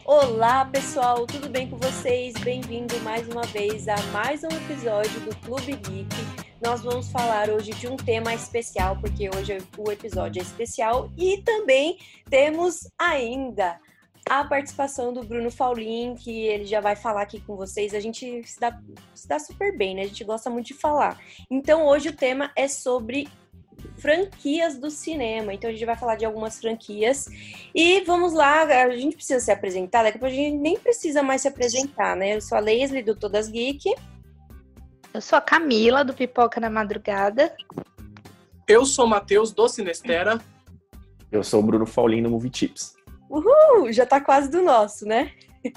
Olá, pessoal, tudo bem com vocês? Bem-vindo mais uma vez a mais um episódio do Clube Geek. Nós vamos falar hoje de um tema especial, porque hoje o episódio é especial e também temos ainda a participação do Bruno Faulin, que ele já vai falar aqui com vocês. A gente se dá super bem, né? A gente gosta muito de falar. Então, hoje o tema é sobre franquias do cinema. Então a gente vai falar de algumas franquias e vamos lá, a gente precisa se apresentar, daqui a pouco a gente nem precisa mais se apresentar, né? Eu sou a Leslie do Todas Geek. Eu sou a Camila do Pipoca na Madrugada. Eu sou o Matheus do Cinestera. Eu sou o Bruno Faulin do Movie Tips. Uhul! Já tá quase do nosso, né?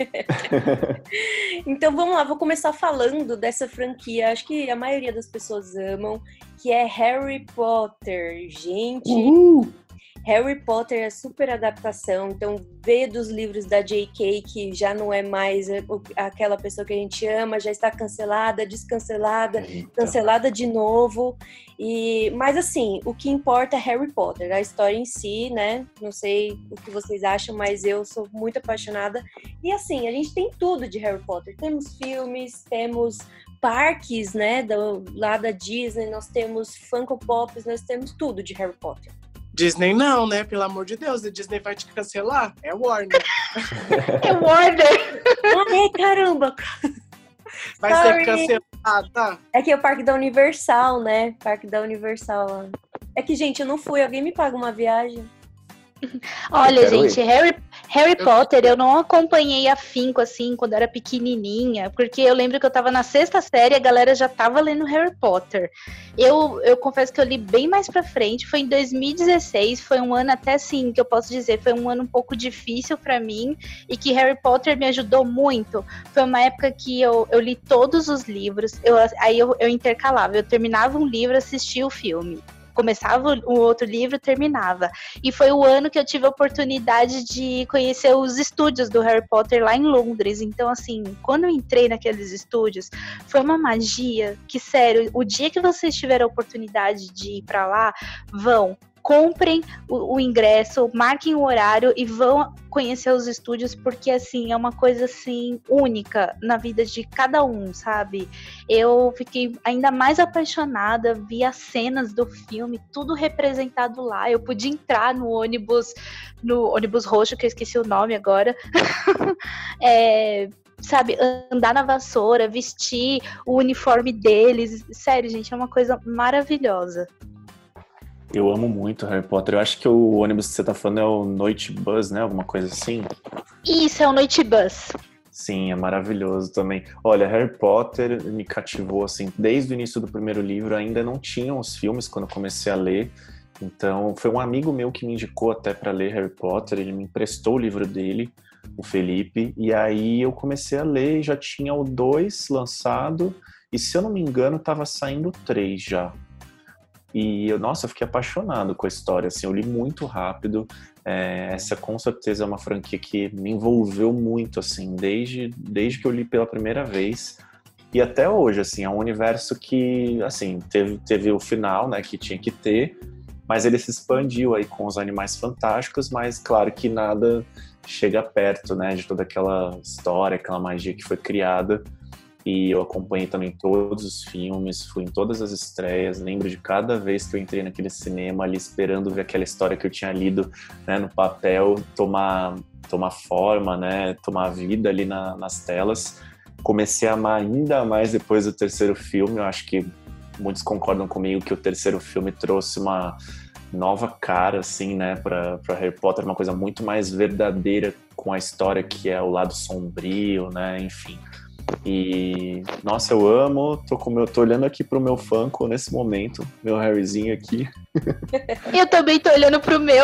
Então vamos lá, vou começar falando dessa franquia, acho que a maioria das pessoas amam, que é Harry Potter. Gente, Harry Potter é super adaptação, então veio dos livros da J.K., que já não é mais aquela pessoa que a gente ama, já está cancelada, descancelada, cancelada de novo. Mas assim, o que importa é Harry Potter, a história em si, né? Não sei o que vocês acham, mas eu sou muito apaixonada. E assim, a gente tem tudo de Harry Potter. Temos filmes, temos parques, né? Lá da Disney, nós temos Funko Pops, nós temos tudo de Harry Potter. Disney não, né? Pelo amor de Deus, a Disney vai te cancelar. É Warner. É Warner! Ai, caramba! Vai ser cancelada, tá? É que é o Parque da Universal, né? Parque da Universal. É que, gente, eu não fui. Alguém me paga uma viagem? Olha, gente, Harry Potter eu não acompanhei afinco, assim, quando eu era pequenininha, porque eu lembro que eu tava na 6ª série e a galera já tava lendo Harry Potter. Eu confesso que eu li bem mais pra frente, foi em 2016, foi um ano até, assim, que eu posso dizer, foi um ano um pouco difícil pra mim e que Harry Potter me ajudou muito. Foi uma época que eu li todos os livros, aí eu intercalava, eu terminava um livro, assistia o filme. Começava o outro livro, terminava. E foi o ano que eu tive a oportunidade de conhecer os estúdios do Harry Potter lá em Londres. Então, assim, quando eu entrei naqueles estúdios, foi uma magia que, sério, o dia que vocês tiverem a oportunidade de ir pra lá, comprem o ingresso, marquem o horário e vão conhecer os estúdios, porque, assim, é uma coisa, assim, única na vida de cada um, sabe? Eu fiquei ainda mais apaixonada, vi as cenas do filme, tudo representado lá. Eu pude entrar no ônibus roxo, que eu esqueci o nome agora, sabe, andar na vassoura, vestir o uniforme deles. Sério, gente, é uma coisa maravilhosa. Eu amo muito Harry Potter. Eu acho que o ônibus que você tá falando é o Noite Bus, né? Alguma coisa assim. Isso, é o Noite Bus. Sim, é maravilhoso também. Olha, Harry Potter me cativou, assim, desde o início do primeiro livro. Ainda não tinham os filmes quando eu comecei a ler. Então, foi um amigo meu que me indicou até para ler Harry Potter. Ele me emprestou o livro dele, o Felipe. E aí eu comecei a ler e já tinha o 2 lançado. E se eu não me engano, tava saindo o 3 já. E eu fiquei apaixonado com a história, assim, eu li muito rápido. Essa com certeza é uma franquia que me envolveu muito, assim, desde que eu li pela primeira vez e até hoje, assim, é um universo que, assim, teve o final, né, que tinha que ter, mas ele se expandiu aí com os Animais Fantásticos, mas claro que nada chega perto, né, de toda aquela história, aquela magia que foi criada. E eu acompanhei também todos os filmes, fui em todas as estreias, lembro de cada vez que eu entrei naquele cinema ali esperando ver aquela história que eu tinha lido, né, no papel tomar forma, né, tomar vida ali nas telas. Comecei a amar ainda mais depois do terceiro filme. Eu acho que muitos concordam comigo que o terceiro filme trouxe uma nova cara, assim, né, para Harry Potter, uma coisa muito mais verdadeira com a história que é o lado sombrio, né, enfim. E, nossa, eu amo, tô olhando aqui pro meu Funko nesse momento, meu Harryzinho aqui. Eu também tô olhando pro meu.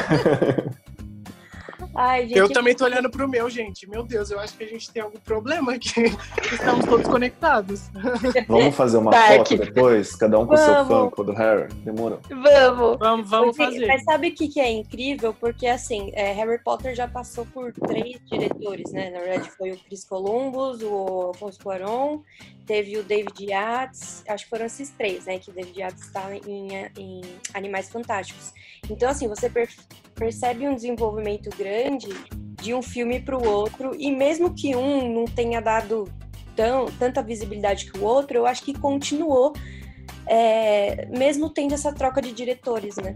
Ai, gente, Eu também tô olhando pro meu, gente. Meu Deus, eu acho que a gente tem algum problema aqui. Estamos todos conectados. Vamos fazer uma foto depois? Cada um com o seu Funko do Harry? Demorou. Vamos fazer. Mas sabe o que é incrível? Porque, assim, Harry Potter já passou por 3 diretores, né? Na verdade, foi o Chris Columbus, o Alfonso Cuarón, teve o David Yates, acho que foram esses 3, né? Que o David Yates está em Animais Fantásticos. Então, assim, você percebe um desenvolvimento grande de um filme para o outro, e mesmo que um não tenha dado tanta visibilidade que o outro, eu acho que continuou, mesmo tendo essa troca de diretores, né?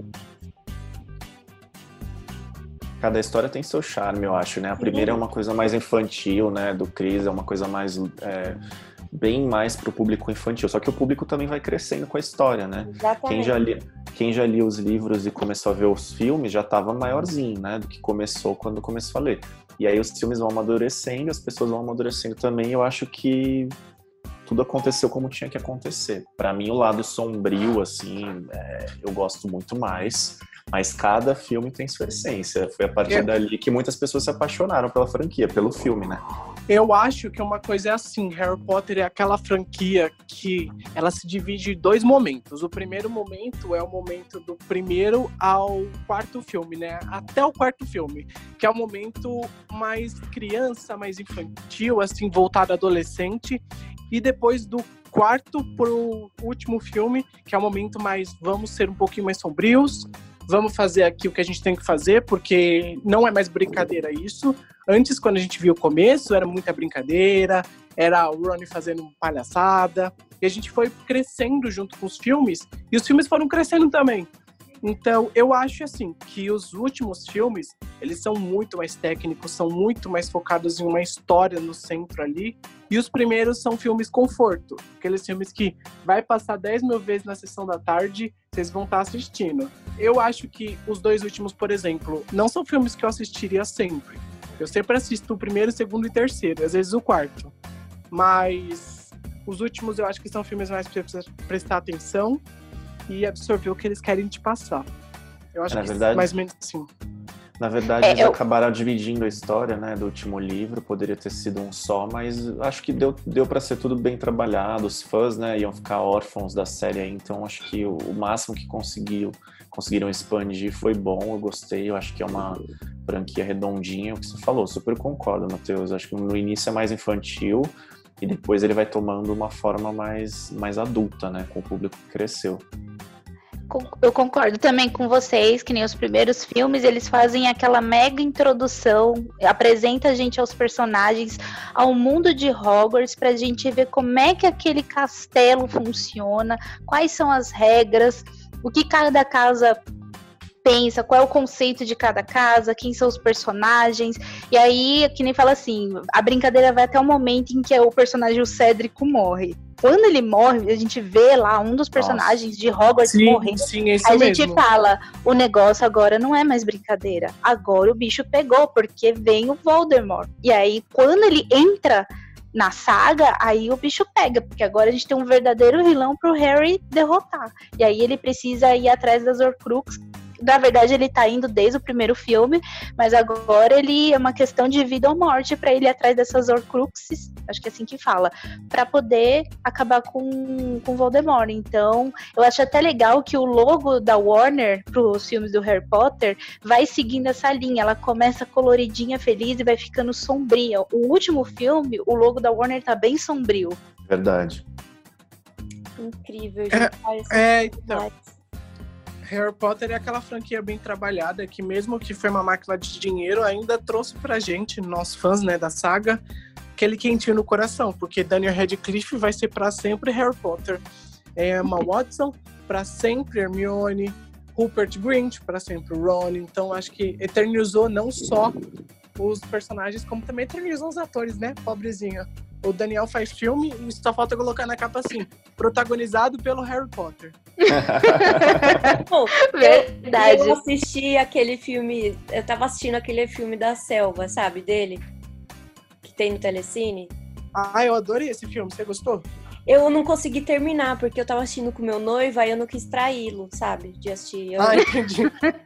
Cada história tem seu charme, eu acho, né? A primeira é uma coisa mais infantil, né? Do Chris é uma coisa mais... bem mais pro público infantil. Só que o público também vai crescendo com a história, né? Exatamente. Quem já lia os livros e começou a ver os filmes já estava maiorzinho, né? Do que começou quando começou a ler. E aí os filmes vão amadurecendo, as pessoas vão amadurecendo também. Eu acho que tudo aconteceu como tinha que acontecer. Para mim, o lado sombrio, assim, eu gosto muito mais. Mas cada filme tem sua essência. Foi a partir dali que muitas pessoas se apaixonaram pela franquia, pelo filme, né? Eu acho que uma coisa é assim, Harry Potter é aquela franquia que ela se divide em 2 momentos. O primeiro momento é o momento do primeiro ao 4º filme, né? Até o 4º filme, que é o momento mais criança, mais infantil, assim, voltado adolescente. E depois do 4º pro último filme, que é o momento mais, vamos ser um pouquinho mais sombrios, vamos fazer aqui o que a gente tem que fazer, porque não é mais brincadeira isso. Antes, quando a gente viu o começo, era muita brincadeira, era o Ron fazendo palhaçada, e a gente foi crescendo junto com os filmes, e os filmes foram crescendo também. Então, eu acho assim, que os últimos filmes, eles são muito mais técnicos, são muito mais focados em uma história no centro ali, e os primeiros são filmes conforto, aqueles filmes que vai passar 10 mil vezes na sessão da tarde, vocês vão estar assistindo. Eu acho que os 2 últimos, por exemplo, não são filmes que eu assistiria sempre. Eu sempre assisto o primeiro, o segundo e o terceiro, às vezes o 4º. Mas os últimos eu acho que são filmes mais pra você prestar atenção e absorver o que eles querem te passar. Eu acho que é mais ou menos assim. Na verdade, eles acabaram dividindo a história, né, do último livro, poderia ter sido um só, mas acho que deu para ser tudo bem trabalhado. Os fãs, né, iam ficar órfãos da série aí, então acho que o máximo que conseguiram expandir foi bom, eu gostei, eu acho que é uma franquia redondinha, o que você falou, super concordo, Matheus. Acho que no início é mais infantil e depois ele vai tomando uma forma mais adulta, né, com o público que cresceu. Eu concordo também com vocês, que nem os primeiros filmes, eles fazem aquela mega introdução, apresenta a gente aos personagens, ao mundo de Hogwarts, pra gente ver como é que aquele castelo funciona, quais são as regras, o que cada casa pensa, qual é o conceito de cada casa, quem são os personagens, e aí, que nem fala assim, a brincadeira vai até o momento em que o personagem, o Cédrico, morre. Quando ele morre, a gente vê lá um dos personagens de Hogwarts morrendo. Sim, é isso mesmo. A gente fala, o negócio agora não é mais brincadeira. Agora o bicho pegou, porque vem o Voldemort. E aí, quando ele entra na saga, aí o bicho pega, porque agora a gente tem um verdadeiro vilão pro Harry derrotar. E aí ele precisa ir atrás das Horcrux. Na verdade, ele tá indo desde o primeiro filme, mas agora ele é uma questão de vida ou morte pra ele ir atrás dessas Horcruxes, acho que é assim que fala, pra poder acabar com Voldemort. Então, eu acho até legal que o logo da Warner pros filmes do Harry Potter vai seguindo essa linha, ela começa coloridinha, feliz e vai ficando sombria. O último filme, o logo da Warner tá bem sombrio. Verdade. Incrível, gente. Então... Harry Potter é aquela franquia bem trabalhada que, mesmo que foi uma máquina de dinheiro, ainda trouxe pra gente, nós fãs, né, da saga, aquele quentinho no coração, porque Daniel Radcliffe vai ser pra sempre Harry Potter, Emma Watson pra sempre Hermione, Rupert Grint pra sempre Ron. Então acho que eternizou não só os personagens, como também eternizou os atores, né, pobrezinha. O Daniel faz filme e só falta colocar na capa assim, protagonizado pelo Harry Potter. Bom, verdade. Eu assisti aquele filme, eu tava assistindo aquele filme da Selva, sabe, dele? Que tem no Telecine. Ah, eu adorei esse filme, você gostou? Eu não consegui terminar, porque eu tava assistindo com meu noivo, aí eu não quis traí-lo, sabe, de assistir. Entendi.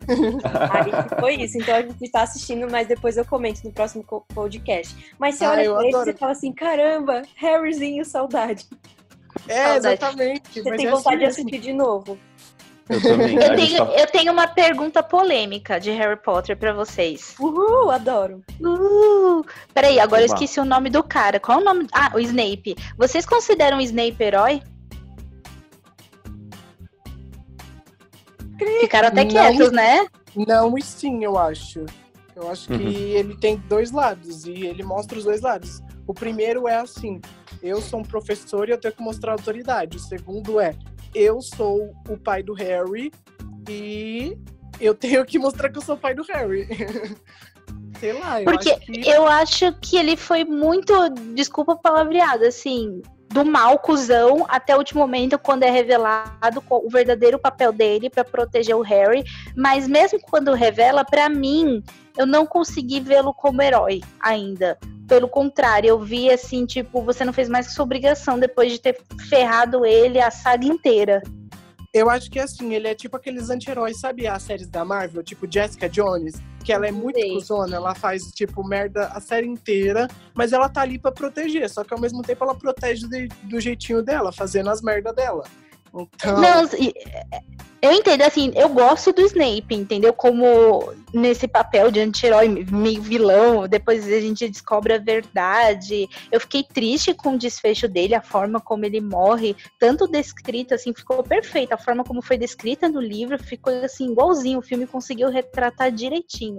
Aí foi isso, então a gente tá assistindo, mas depois eu comento no próximo podcast. Mas você olha pra ele e você fala assim, caramba, Harryzinho, saudade. Saudade. Exatamente. Você tem vontade de assistir de novo. Eu também. Eu tenho uma pergunta polêmica de Harry Potter pra vocês. Uhul, adoro. Peraí, agora eu esqueci o nome do cara. Qual é o nome? Ah, o Snape. Vocês consideram o Snape herói? Ficaram até quietos, né? Não, e sim, eu acho. Eu acho que ele tem dois lados e ele mostra os dois lados. O primeiro é assim, eu sou um professor e eu tenho que mostrar autoridade. O segundo é, eu sou o pai do Harry e eu tenho que mostrar que eu sou o pai do Harry. Sei lá, eu acho que ele foi muito, desculpa a palavreada, assim, do mal cuzão até o último momento, quando é revelado o verdadeiro papel dele pra proteger o Harry. Mas mesmo quando revela, pra mim, eu não consegui vê-lo como herói ainda. Pelo contrário, eu vi assim, tipo, você não fez mais que sua obrigação depois de ter ferrado ele a saga inteira. Eu acho que assim, ele é tipo aqueles anti-heróis, sabe as séries da Marvel? Tipo Jessica Jones, que ela é muito cuzona, ela faz, tipo, merda a série inteira, mas ela tá ali pra proteger, só que ao mesmo tempo ela protege do jeitinho dela, fazendo as merdas dela. Então... Não, eu entendo, assim, eu gosto do Snape, entendeu? Como nesse papel de anti-herói, meio vilão, depois a gente descobre a verdade. Eu fiquei triste com o desfecho dele, a forma como ele morre, tanto descrita, assim, ficou perfeita. A forma como foi descrita no livro ficou, assim, igualzinho. O filme conseguiu retratar direitinho.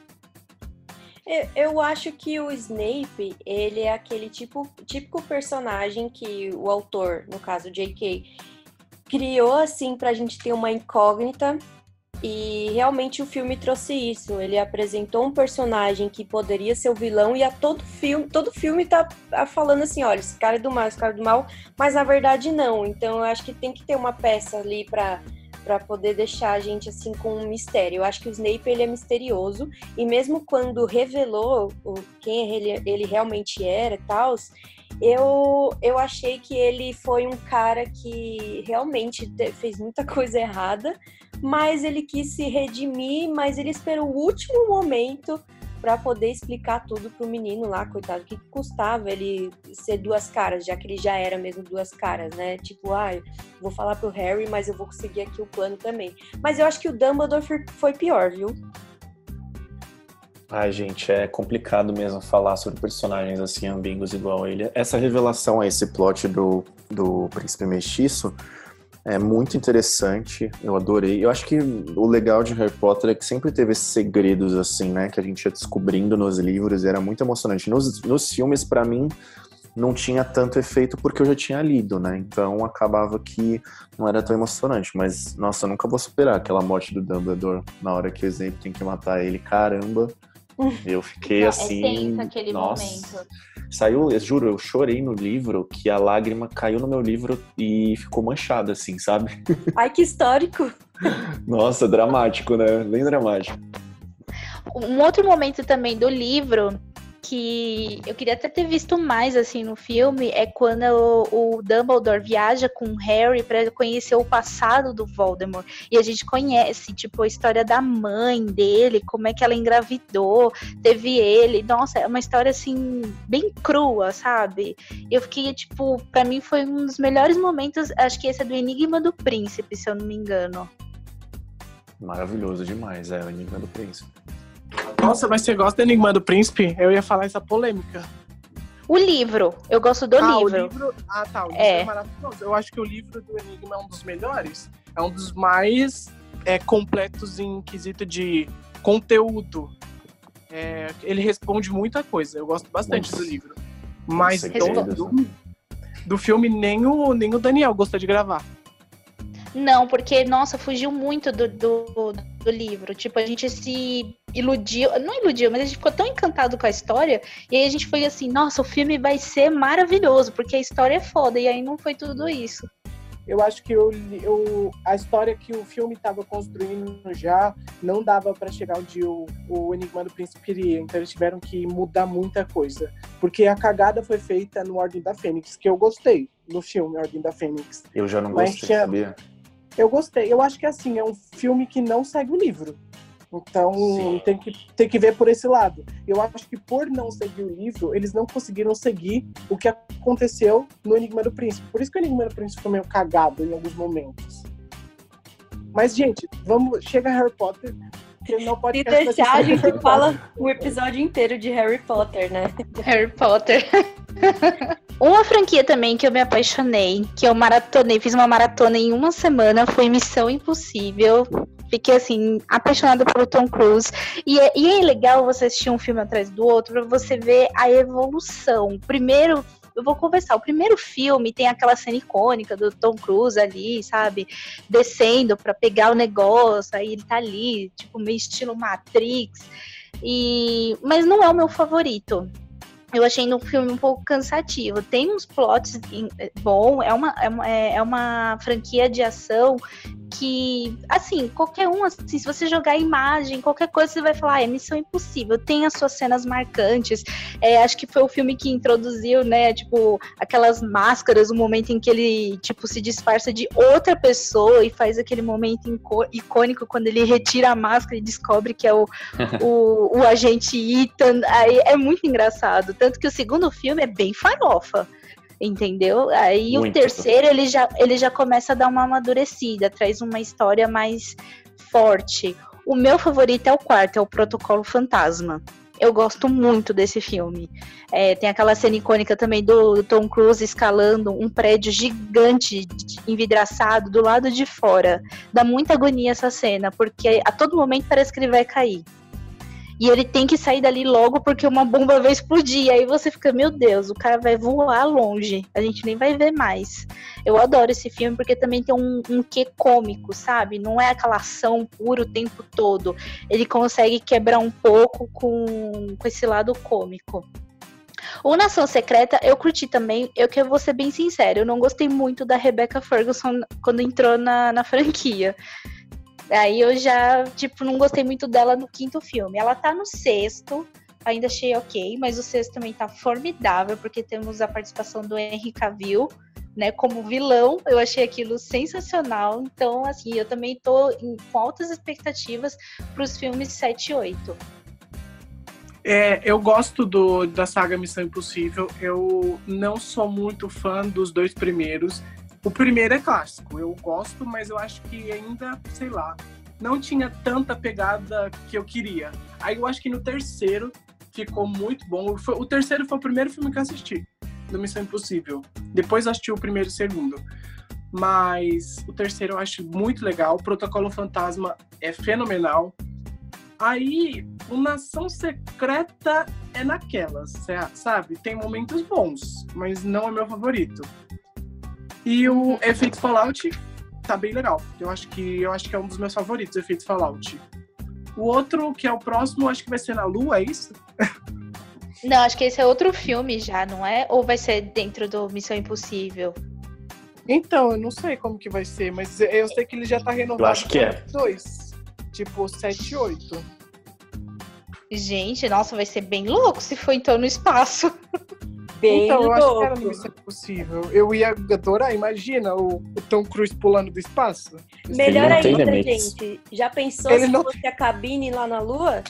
Eu acho que o Snape, ele é aquele típico personagem que o autor, no caso J.K., criou assim pra gente ter uma incógnita, e realmente o filme trouxe isso. Ele apresentou um personagem que poderia ser o vilão e todo filme tá falando assim, olha, esse cara é do mal, mas na verdade não. Então eu acho que tem que ter uma peça ali pra poder deixar a gente assim com um mistério. Eu acho que o Snape, ele é misterioso, e mesmo quando revelou quem ele realmente era e tal, eu achei que ele foi um cara que realmente fez muita coisa errada, mas ele quis se redimir, mas ele esperou o último momento para poder explicar tudo pro menino lá, coitado, que custava ele ser duas caras, já que ele já era mesmo duas caras, né? Tipo, vou falar pro Harry, mas eu vou conseguir aqui o plano também. Mas eu acho que o Dumbledore foi pior, viu? Ai, gente, é complicado mesmo falar sobre personagens assim, ambíguos igual ele. Essa revelação, esse plot do Príncipe Mestiço é muito interessante, eu adorei. Eu acho que o legal de Harry Potter é que sempre teve esses segredos, assim, né, que a gente ia descobrindo nos livros, e era muito emocionante. Nos filmes, pra mim, não tinha tanto efeito porque eu já tinha lido, né, então acabava que não era tão emocionante. Mas, nossa, eu nunca vou superar aquela morte do Dumbledore na hora que o Snape tem que matar ele, caramba. Eu fiquei assim, tenso aquele momento. Saiu, eu juro, eu chorei no livro, que a lágrima caiu no meu livro e ficou manchada, assim, sabe? Ai, que histórico! Nossa, dramático, né? Bem dramático. Um outro momento também do livro, que eu queria até ter visto mais, assim, no filme, é quando o Dumbledore viaja com o Harry para conhecer o passado do Voldemort. E a gente conhece, tipo, a história da mãe dele, como é que ela engravidou, teve ele. Nossa, é uma história, assim, bem crua, sabe? Eu fiquei, tipo, pra mim foi um dos melhores momentos, acho que esse é do Enigma do Príncipe, se eu não me engano. Maravilhoso demais, o Enigma do Príncipe. Nossa, mas você gosta do Enigma do Príncipe? Eu ia falar essa polêmica. O livro, eu gosto do livro. O livro é maravilhoso. Eu acho que o livro do Enigma é um dos melhores. É um dos mais completos em quesito de conteúdo. Ele responde muita coisa. Eu gosto bastante do livro. Mas do filme, nem o Daniel gosta de gravar. Não, porque, nossa, fugiu muito do livro. Tipo, a gente se iludiu, não iludiu, mas a gente ficou tão encantado com a história, e aí a gente foi assim, nossa, o filme vai ser maravilhoso, porque a história é foda, e aí não foi tudo isso. Eu acho que a história que o filme estava construindo já não dava para chegar onde o Enigma do Príncipe iria, então eles tiveram que mudar muita coisa. Porque a cagada foi feita no Ordem da Fênix, que eu gostei do filme Ordem da Fênix. Eu já não gostei, sabia? Eu gostei. Eu acho que assim, é um filme que não segue o livro. Então tem que ver por esse lado. Eu acho que por não seguir o livro, eles não conseguiram seguir o que aconteceu no Enigma do Príncipe. Por isso que o Enigma do Príncipe foi meio cagado em alguns momentos. Mas, gente, chega Harry Potter, que não pode... Se deixar, a gente fala o episódio inteiro de Harry Potter, né? Harry Potter. Uma franquia também que eu me apaixonei, que eu maratonei, fiz uma maratona em uma semana, foi Missão Impossível. Fiquei, assim, apaixonada pelo Tom Cruise. E é legal você assistir um filme atrás do outro pra você ver a evolução. Primeiro, eu vou conversar, o primeiro filme tem aquela cena icônica do Tom Cruise ali, sabe? Descendo pra pegar o negócio, aí ele tá ali, tipo, meio estilo Matrix. Mas não é o meu favorito. Eu achei um filme um pouco cansativo. Tem uns plots bom, é uma franquia de ação que, assim, qualquer um, assim, se você jogar imagem, qualquer coisa, você vai falar, é Missão Impossível. Tem as suas cenas marcantes. Acho que foi o filme que introduziu, né, tipo, aquelas máscaras, o momento em que ele, tipo, se disfarça de outra pessoa e faz aquele momento icônico quando ele retira a máscara e descobre que é o agente Ethan. Aí é muito engraçado. Tanto que o segundo filme é bem farofa. Entendeu? Aí muito. O terceiro, ele já começa a dar uma amadurecida, traz uma história mais forte. O meu favorito é o quarto, é o Protocolo Fantasma. Eu gosto muito desse filme. Tem aquela cena icônica também do Tom Cruise escalando um prédio gigante, envidraçado, do lado de fora. Dá muita agonia essa cena, porque a todo momento parece que ele vai cair. E ele tem que sair dali logo porque uma bomba vai explodir. Aí você fica, meu Deus, o cara vai voar longe. A gente nem vai ver mais. Eu adoro esse filme porque também tem um quê cômico, sabe? Não é aquela ação pura o tempo todo. Ele consegue quebrar um pouco com esse lado cômico. O Nação Secreta, eu curti também. Eu vou ser bem sincera, eu não gostei muito da Rebecca Ferguson quando entrou na franquia. Aí eu já, tipo, não gostei muito dela no quinto filme. Ela tá no sexto, ainda achei ok, mas o sexto também tá formidável, porque temos a participação do Henry Cavill, né, como vilão. Eu achei aquilo sensacional. Então, assim, eu também tô com altas expectativas pros filmes 7 e 8. Eu gosto da saga Missão Impossível. Eu não sou muito fã dos dois primeiros. O primeiro é clássico, eu gosto, mas eu acho que ainda, sei lá, não tinha tanta pegada que eu queria. Aí eu acho que no terceiro ficou muito bom. O terceiro foi o primeiro filme que eu assisti, do Missão Impossível. Depois eu assisti o primeiro e o segundo. Mas o terceiro eu acho muito legal. O Protocolo Fantasma é fenomenal. Aí, o Nação Secreta é naquelas, sabe? Tem momentos bons, mas não é meu favorito. E o Efeito Fallout tá bem legal. Eu acho que é um dos meus favoritos, Efeito Fallout. O outro, que é o próximo, acho que vai ser na Lua, é isso? Não, acho que esse é outro filme já, não é? Ou vai ser dentro do Missão Impossível? Então, eu não sei como que vai ser, mas eu sei que ele já tá renovado. Eu acho que é. 2, tipo 7 e 8. Gente, nossa, vai ser bem louco se for então no espaço. Bem então, eu acho louco. que era Missão Impossível. Eu ia adorar, imagina o Tom Cruise pulando do espaço. Melhor ainda, limites. gente. Já pensou Ele se não- fosse a cabine lá na Lua?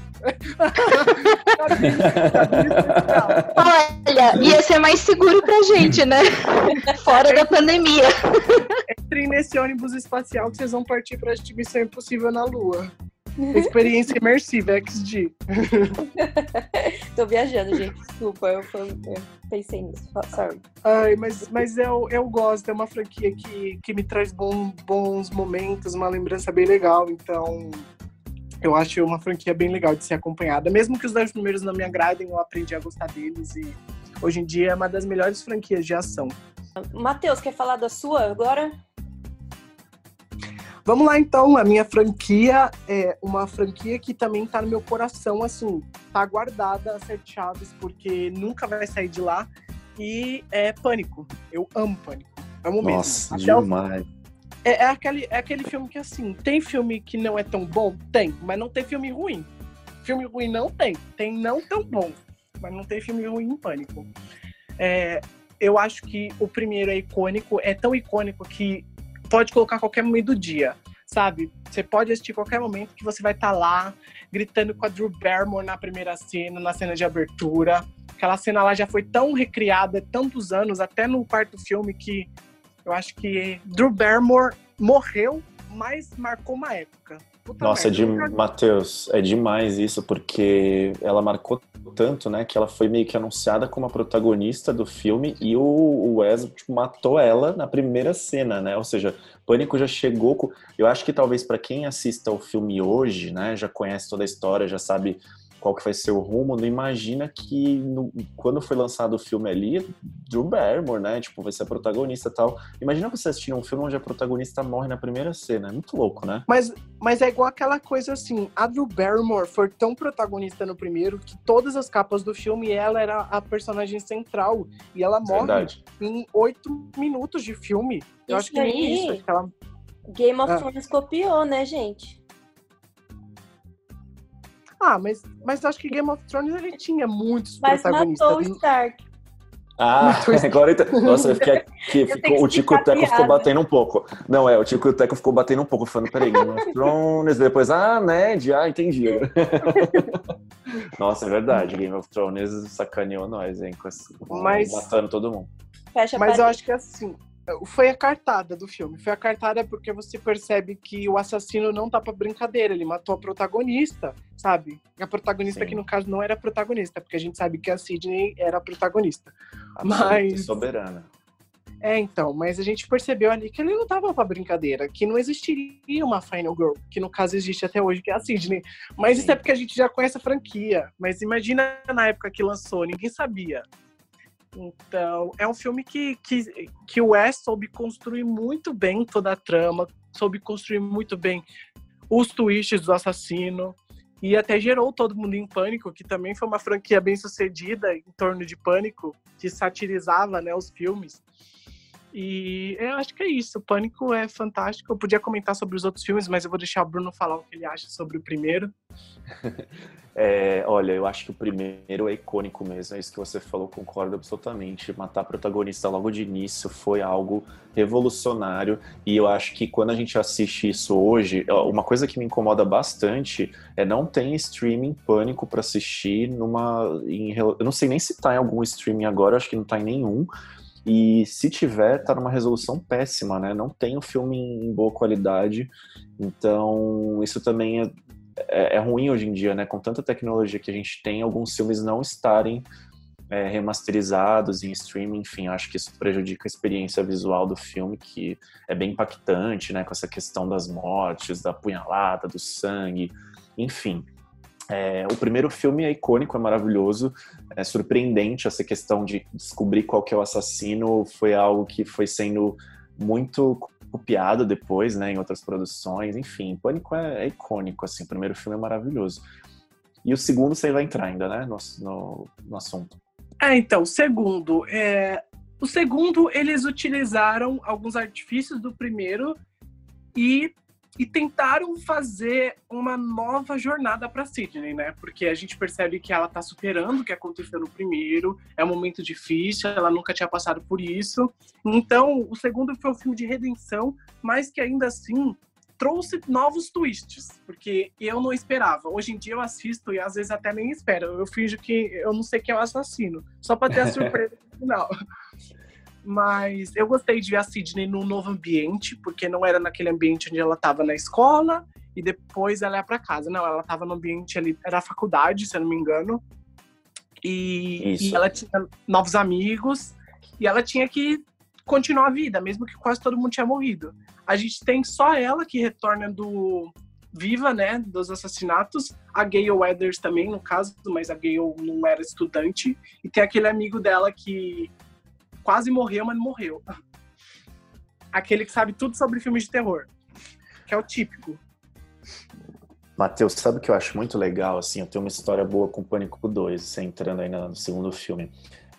Olha, ia ser mais seguro pra gente, né? Fora da pandemia. Entrem nesse ônibus espacial que vocês vão partir pra Missão Impossível na Lua. Experiência imersiva, XD. Tô viajando, gente. Desculpa, eu pensei nisso. Sorry. Ai, mas eu gosto, é uma franquia que me traz bons momentos, uma lembrança bem legal, então eu acho uma franquia bem legal de ser acompanhada. Mesmo que os 2 primeiros não me agradem, eu aprendi a gostar deles e hoje em dia é uma das melhores franquias de ação. Matheus, quer falar da sua agora? Vamos lá, então. A minha franquia é uma franquia que também tá no meu coração, assim, tá guardada a 7 chaves, porque nunca vai sair de lá. E é Pânico. Eu amo Pânico. Amo mesmo. Nossa, demais. É aquele filme que, assim, tem filme que não é tão bom? Tem, mas não tem filme ruim. Filme ruim não tem. Tem não tão bom, mas não tem filme ruim em Pânico. Eu acho que o primeiro é icônico, é tão icônico que pode colocar qualquer momento do dia, sabe? Você pode assistir qualquer momento que você vai estar lá, gritando com a Drew Barrymore na primeira cena, na cena de abertura. Aquela cena lá já foi tão recriada, tantos anos, até no quarto filme, que eu acho que Drew Barrymore morreu, mas marcou uma época. Puta Nossa, merda. Matheus, é demais isso, porque ela marcou tanto, né, que ela foi meio que anunciada como a protagonista do filme e o Wes, tipo, matou ela na primeira cena, né? Ou seja, Pânico já chegou com... Eu acho que talvez para quem assista o filme hoje, né, já conhece toda a história, já sabe qual que vai ser o rumo, não imagina que quando foi lançado o filme ali, Drew Barrymore, né, tipo, vai ser a protagonista e tal. Imagina você assistir um filme onde a protagonista morre na primeira cena, é muito louco, né? Mas é igual aquela coisa assim, a Drew Barrymore foi tão protagonista no primeiro que todas as capas do filme ela era a personagem central e ela morre Verdade. em 8 minutos de filme. Eu acho que nem isso. Acho que ela... Game of Thrones copiou, né, gente? Mas eu acho que Game of Thrones ele tinha muitos Mas protagonistas. matou o Stark. Agora nossa, eu fiquei aqui, o Tico e o Teco ficou batendo um pouco. Não, o Tico e o Teco ficou batendo um pouco, falando, peraí, Game of Thrones, depois, Ned, entendi. Nossa, é verdade, Game of Thrones sacaneou nós, hein, matando todo mundo. Mas eu acho que assim, foi a cartada do filme. Foi a cartada porque você percebe que o assassino não tá pra brincadeira. Ele matou a protagonista, sabe? A protagonista que, no caso, não era a protagonista. Porque a gente sabe que a Sidney era a protagonista. Mas... soberana. Então. Mas a gente percebeu ali que ele não tava pra brincadeira. Que não existiria uma Final Girl. Que, no caso, existe até hoje, que é a Sidney. Mas isso é porque a gente já conhece a franquia. Mas imagina na época que lançou. Ninguém sabia. Então, é um filme que o Wes soube construir muito bem toda a trama, soube construir muito bem os twists do assassino, e até gerou Todo Mundo em Pânico, que também foi uma franquia bem sucedida em torno de Pânico, que satirizava, né, os filmes. E eu acho que é isso, Pânico é fantástico. Eu podia comentar sobre os outros filmes, mas eu vou deixar o Bruno falar o que ele acha sobre o primeiro. Olha, eu acho que o primeiro é icônico mesmo, é isso que você falou, concordo absolutamente. Matar a protagonista logo de início foi algo revolucionário, e eu acho que quando a gente assiste isso hoje, uma coisa que me incomoda bastante é não ter streaming Pânico para assistir eu não sei nem se tá em algum streaming agora, eu acho que não tá em nenhum. E se tiver, tá numa resolução péssima, né? Não tem o filme em boa qualidade. Então, isso também é ruim hoje em dia, né? Com tanta tecnologia que a gente tem, alguns filmes não estarem remasterizados em streaming. Enfim, acho que isso prejudica a experiência visual do filme, que é bem impactante, né? Com essa questão das mortes, da punhalada, do sangue, enfim. O primeiro filme é icônico, é maravilhoso, é surpreendente essa questão de descobrir qual que é o assassino, foi algo que foi sendo muito copiado depois, né, em outras produções, enfim, Pânico é icônico, assim, o primeiro filme é maravilhoso. E o segundo você vai entrar ainda, né, no assunto. Então, o segundo, eles utilizaram alguns artifícios do primeiro e tentaram fazer uma nova jornada para Sidney, né? Porque a gente percebe que ela tá superando o que aconteceu no primeiro, é um momento difícil, ela nunca tinha passado por isso. Então, o segundo foi um filme de redenção, mas que ainda assim trouxe novos twists, porque eu não esperava. Hoje em dia eu assisto e às vezes até nem espero. Eu finjo que eu não sei quem é o assassino, só para ter a surpresa no final. Mas eu gostei de ver a Sidney num novo ambiente, porque não era naquele ambiente onde ela estava na escola e depois ela ia para casa. Não, ela estava no ambiente ali, era a faculdade, se eu não me engano. E ela tinha novos amigos e ela tinha que continuar a vida, mesmo que quase todo mundo tinha morrido. A gente tem só ela que retorna viva, né, dos assassinatos. A Gale Weathers também, no caso, mas a Gale não era estudante. E tem aquele amigo dela que quase morreu, mas não morreu. Aquele que sabe tudo sobre filmes de terror. Que é o típico. Matheus, sabe o que eu acho muito legal? Assim, eu tenho uma história boa com Pânico 2, você entrando aí no segundo filme.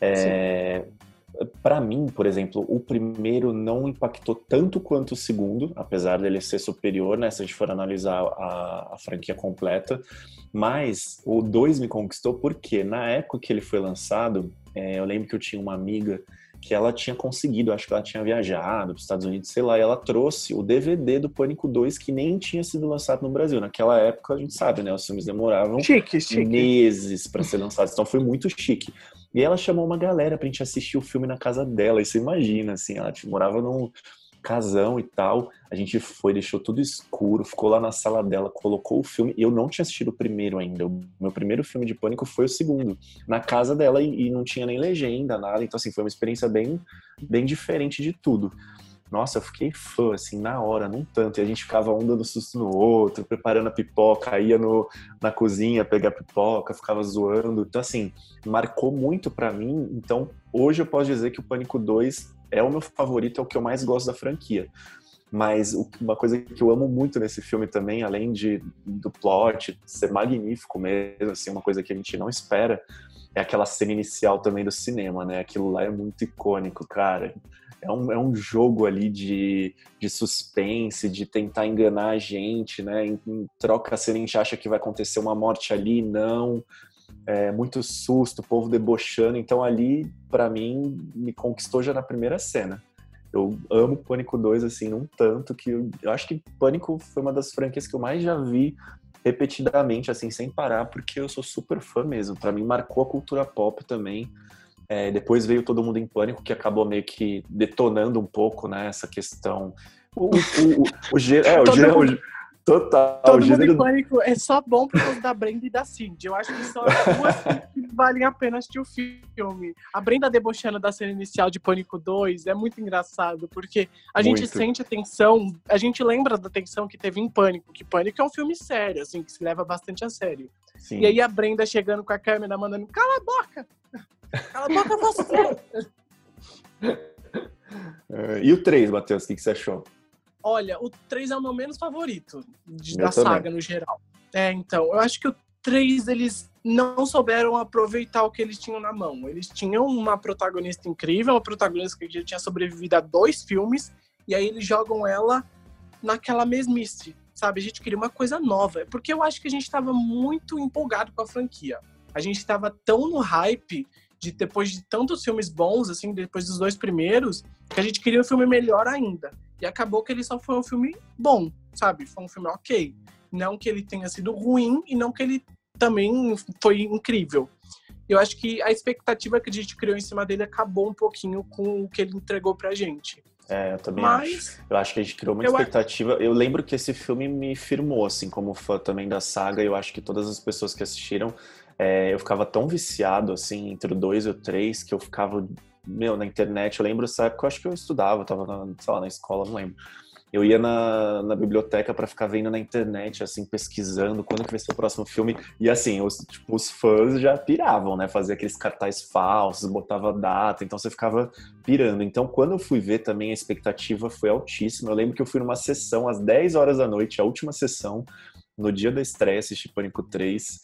Para mim, por exemplo, o primeiro não impactou tanto quanto o segundo, apesar dele ser superior, né? Se a gente for analisar a franquia completa. Mas o 2 me conquistou porque, na época que ele foi lançado, eu lembro que eu tinha uma amiga que ela tinha conseguido, acho que ela tinha viajado para os Estados Unidos, sei lá, e ela trouxe o DVD do Pânico 2 que nem tinha sido lançado no Brasil. Naquela época, a gente sabe, né, os filmes demoravam meses para ser lançados, então foi muito chique. E ela chamou uma galera pra gente assistir o filme na casa dela, e você imagina, assim, ela morava num casão e tal. A gente foi, deixou tudo escuro, ficou lá na sala dela, colocou o filme. E eu não tinha assistido o primeiro ainda. O meu primeiro filme de Pânico foi o segundo, na casa dela, e não tinha nem legenda, nada. Então, assim, foi uma experiência bem, bem diferente de tudo. Nossa, eu fiquei fã, assim, na hora, num tanto. E a gente ficava um dando susto no outro, preparando a pipoca, ia na cozinha pegar pipoca, ficava zoando. Então, assim, marcou muito pra mim. Então, hoje eu posso dizer que o Pânico 2 é o meu favorito, é o que eu mais gosto da franquia. Mas uma coisa que eu amo muito nesse filme também, além do plot ser magnífico mesmo, assim, uma coisa que a gente não espera, é aquela cena inicial também do cinema, né? Aquilo lá é muito icônico, cara. É um jogo ali de suspense, de tentar enganar a gente, né? Em troca, a gente acha que vai acontecer uma morte ali, não. É muito susto, o povo debochando. Então ali, pra mim, me conquistou já na primeira cena. Eu amo Pânico 2, assim, num tanto que eu acho que Pânico foi uma das franquias que eu mais já vi repetidamente, assim, sem parar, porque eu sou super fã mesmo. Pra mim, marcou a cultura pop também. Depois veio Todo Mundo em Pânico, que acabou meio que detonando um pouco, né, essa questão. Total. Todo Mundo em Pânico é só bom por causa da Brenda e da Cindy. Eu acho que só as duas que valem a pena assistir o filme. A Brenda debochando da cena inicial de Pânico 2 é muito engraçado, porque a gente sente a tensão, a gente lembra da tensão que teve em Pânico, que Pânico é um filme sério, assim, que se leva bastante a sério. Sim. E aí a Brenda chegando com a câmera, mandando, cala a boca! Cala a boca você! E o 3, Matheus, o que você achou? Olha, o 3 é o meu menos favorito da saga no geral. Então, eu acho que o 3, eles não souberam aproveitar o que eles tinham na mão. Eles tinham uma protagonista incrível, uma protagonista que já tinha sobrevivido a 2 filmes, e aí eles jogam ela naquela mesmice, sabe? A gente queria uma coisa nova, porque eu acho que a gente estava muito empolgado com a franquia. A gente estava tão no hype depois de tantos filmes bons, assim, depois dos 2 primeiros, que a gente queria um filme melhor ainda. E acabou que ele só foi um filme bom, sabe? Foi um filme ok. Não que ele tenha sido ruim e não que ele também foi incrível. Eu acho que a expectativa que a gente criou em cima dele acabou um pouquinho com o que ele entregou pra gente. Eu também acho. Eu acho que a gente criou uma expectativa. Eu lembro que esse filme me firmou, assim, como fã também da saga. Eu acho que todas as pessoas que assistiram, eu ficava tão viciado, assim, entre o 2 e o 3, que eu ficava, na internet. Eu lembro essa época, eu acho que eu estudava, eu tava na escola, não lembro. Eu ia na biblioteca pra ficar vendo na internet, assim, pesquisando quando que vai ser o próximo filme. E assim, os fãs já piravam, né? Fazia aqueles cartazes falsos, botava data, então você ficava pirando. Então, quando eu fui ver também, a expectativa foi altíssima. Eu lembro que eu fui numa sessão às 10 horas da noite, a última sessão, no dia da estreia, assisti Pânico 3.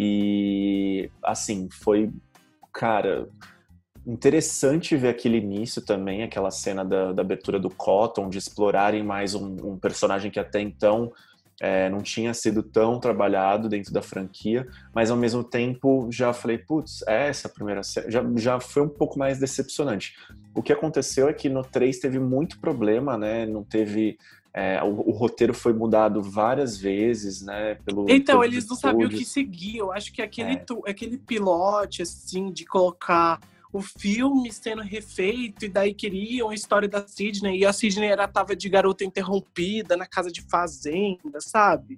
E, assim, foi, cara, interessante ver aquele início também, aquela cena da abertura do Cotton, de explorarem mais um personagem que até então não tinha sido tão trabalhado dentro da franquia, mas ao mesmo tempo já falei, putz, essa primeira cena já foi um pouco mais decepcionante. O que aconteceu é que no 3 teve muito problema, né? Não teve... o roteiro foi mudado várias vezes, né? Então, eles não sabiam o que seguir. Eu acho que aquele pilote, assim, de colocar o filme sendo refeito, e daí queriam a história da Sidney, e a Sidney tava de garota interrompida na casa de fazenda, sabe?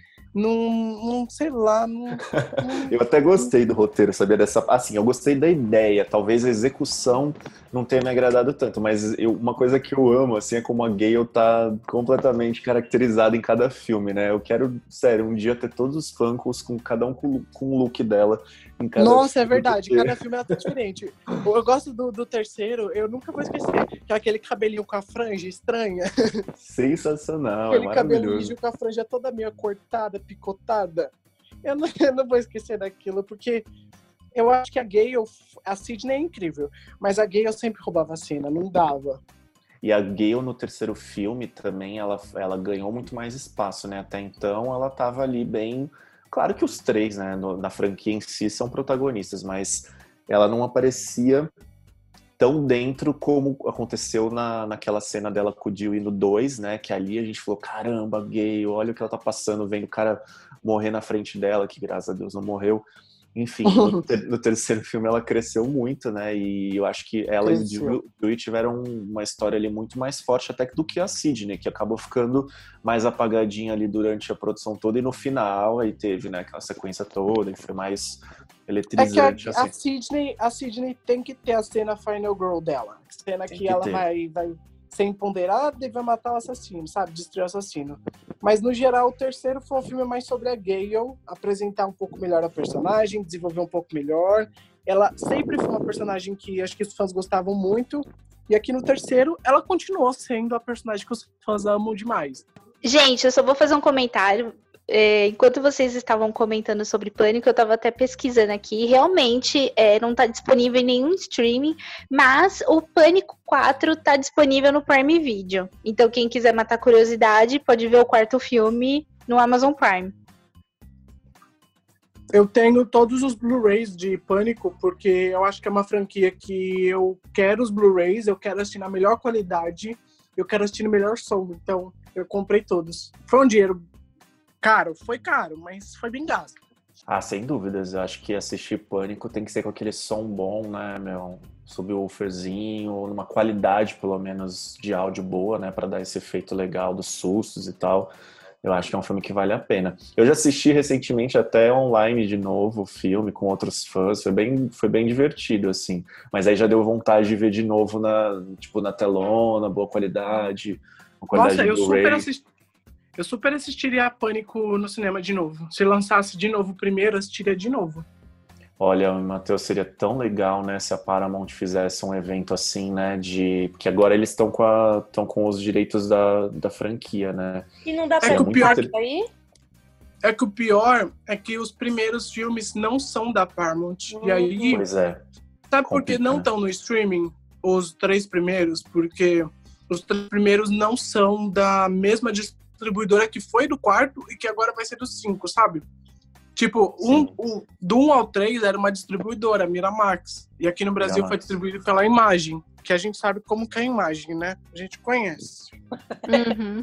Não sei lá. Eu até gostei do roteiro, sabia? Assim, eu gostei da ideia. Talvez a execução não tenha me agradado tanto, mas uma coisa que eu amo, assim, é como a Gale tá completamente caracterizada em cada filme, né? Eu quero, sério, um dia ter todos os Funkos, com cada um com o look dela. Em cada Nossa, filme, é verdade. Cada filme ela tá diferente. Eu gosto do terceiro, eu nunca vou esquecer, que é aquele cabelinho com a franja estranha. Sensacional, aquele é maravilhoso. Cabelo liso com a franja toda meio cortada, picotada. Eu não vou esquecer daquilo, porque eu acho que a Sidney é incrível, mas a Gale sempre roubava a cena, não dava. E a Gale no terceiro filme também, ela ganhou muito mais espaço, né? Até então ela tava ali bem... Claro que os 3, né, na franquia em si são protagonistas, mas ela não aparecia tão dentro como aconteceu naquela cena dela com o Dewey no 2, né? Que ali a gente falou, caramba, Gale, olha o que ela tá passando, vendo o cara morrer na frente dela, que graças a Deus não morreu. Enfim, no terceiro filme ela cresceu muito, né? E eu acho que ela e o Dewey tiveram uma história ali muito mais forte até do que a Sidney, que acabou ficando mais apagadinha ali durante a produção toda, e no final aí teve, né, aquela sequência toda, e foi mais eletrizante. É que a Sidney tem que ter a cena Final Girl dela. Cena que ela vai ser empoderada e vai matar o assassino, sabe? Destruir o assassino. Mas, no geral, o terceiro foi um filme mais sobre a Gale, apresentar um pouco melhor a personagem, desenvolver um pouco melhor. Ela sempre foi uma personagem que acho que os fãs gostavam muito. E aqui no terceiro, ela continuou sendo a personagem que os fãs amam demais. Gente, eu só vou fazer um comentário. Enquanto vocês estavam comentando sobre Pânico, eu estava até pesquisando aqui. Realmente não está disponível em nenhum streaming, mas o Pânico 4 está disponível no Prime Video. Então, quem quiser matar curiosidade, pode ver o quarto filme no Amazon Prime. Eu tenho todos os Blu-rays de Pânico, porque eu acho que é uma franquia que eu quero os Blu-rays, eu quero assistir na melhor qualidade, eu quero assistir no melhor som. Então, eu comprei todos. Foi um dinheiro foi caro, mas foi bem gasto. Ah, sem dúvidas. Eu acho que assistir Pânico tem que ser com aquele som bom, né, meu? Subwooferzinho, numa qualidade, pelo menos, de áudio boa, né? Pra dar esse efeito legal dos sustos e tal. Eu acho que é um filme que vale a pena. Eu já assisti recentemente até online de novo o filme, com outros fãs. Foi bem divertido, assim. Mas aí já deu vontade de ver de novo na telona, boa qualidade. Nossa, eu super assistiria a Pânico no cinema de novo. Se lançasse de novo o primeiro, assistiria de novo. Olha, Matheus, seria tão legal, né, se a Paramount fizesse um evento assim, né, porque agora eles estão com os direitos da franquia, né? E não dá pra comprar isso aí? É que o pior é que os primeiros filmes não são da Paramount. E aí... Pois é. Sabe por que não estão no streaming, os 3 primeiros? Porque os 3 primeiros não são da mesma distribuidora que foi do quarto e que agora vai ser do 5, sabe? Tipo, do 1 ao 3 era uma distribuidora, Miramax. E aqui no Brasil foi distribuído pela Imagem, que a gente sabe como que é a Imagem, né? A gente conhece. Uhum.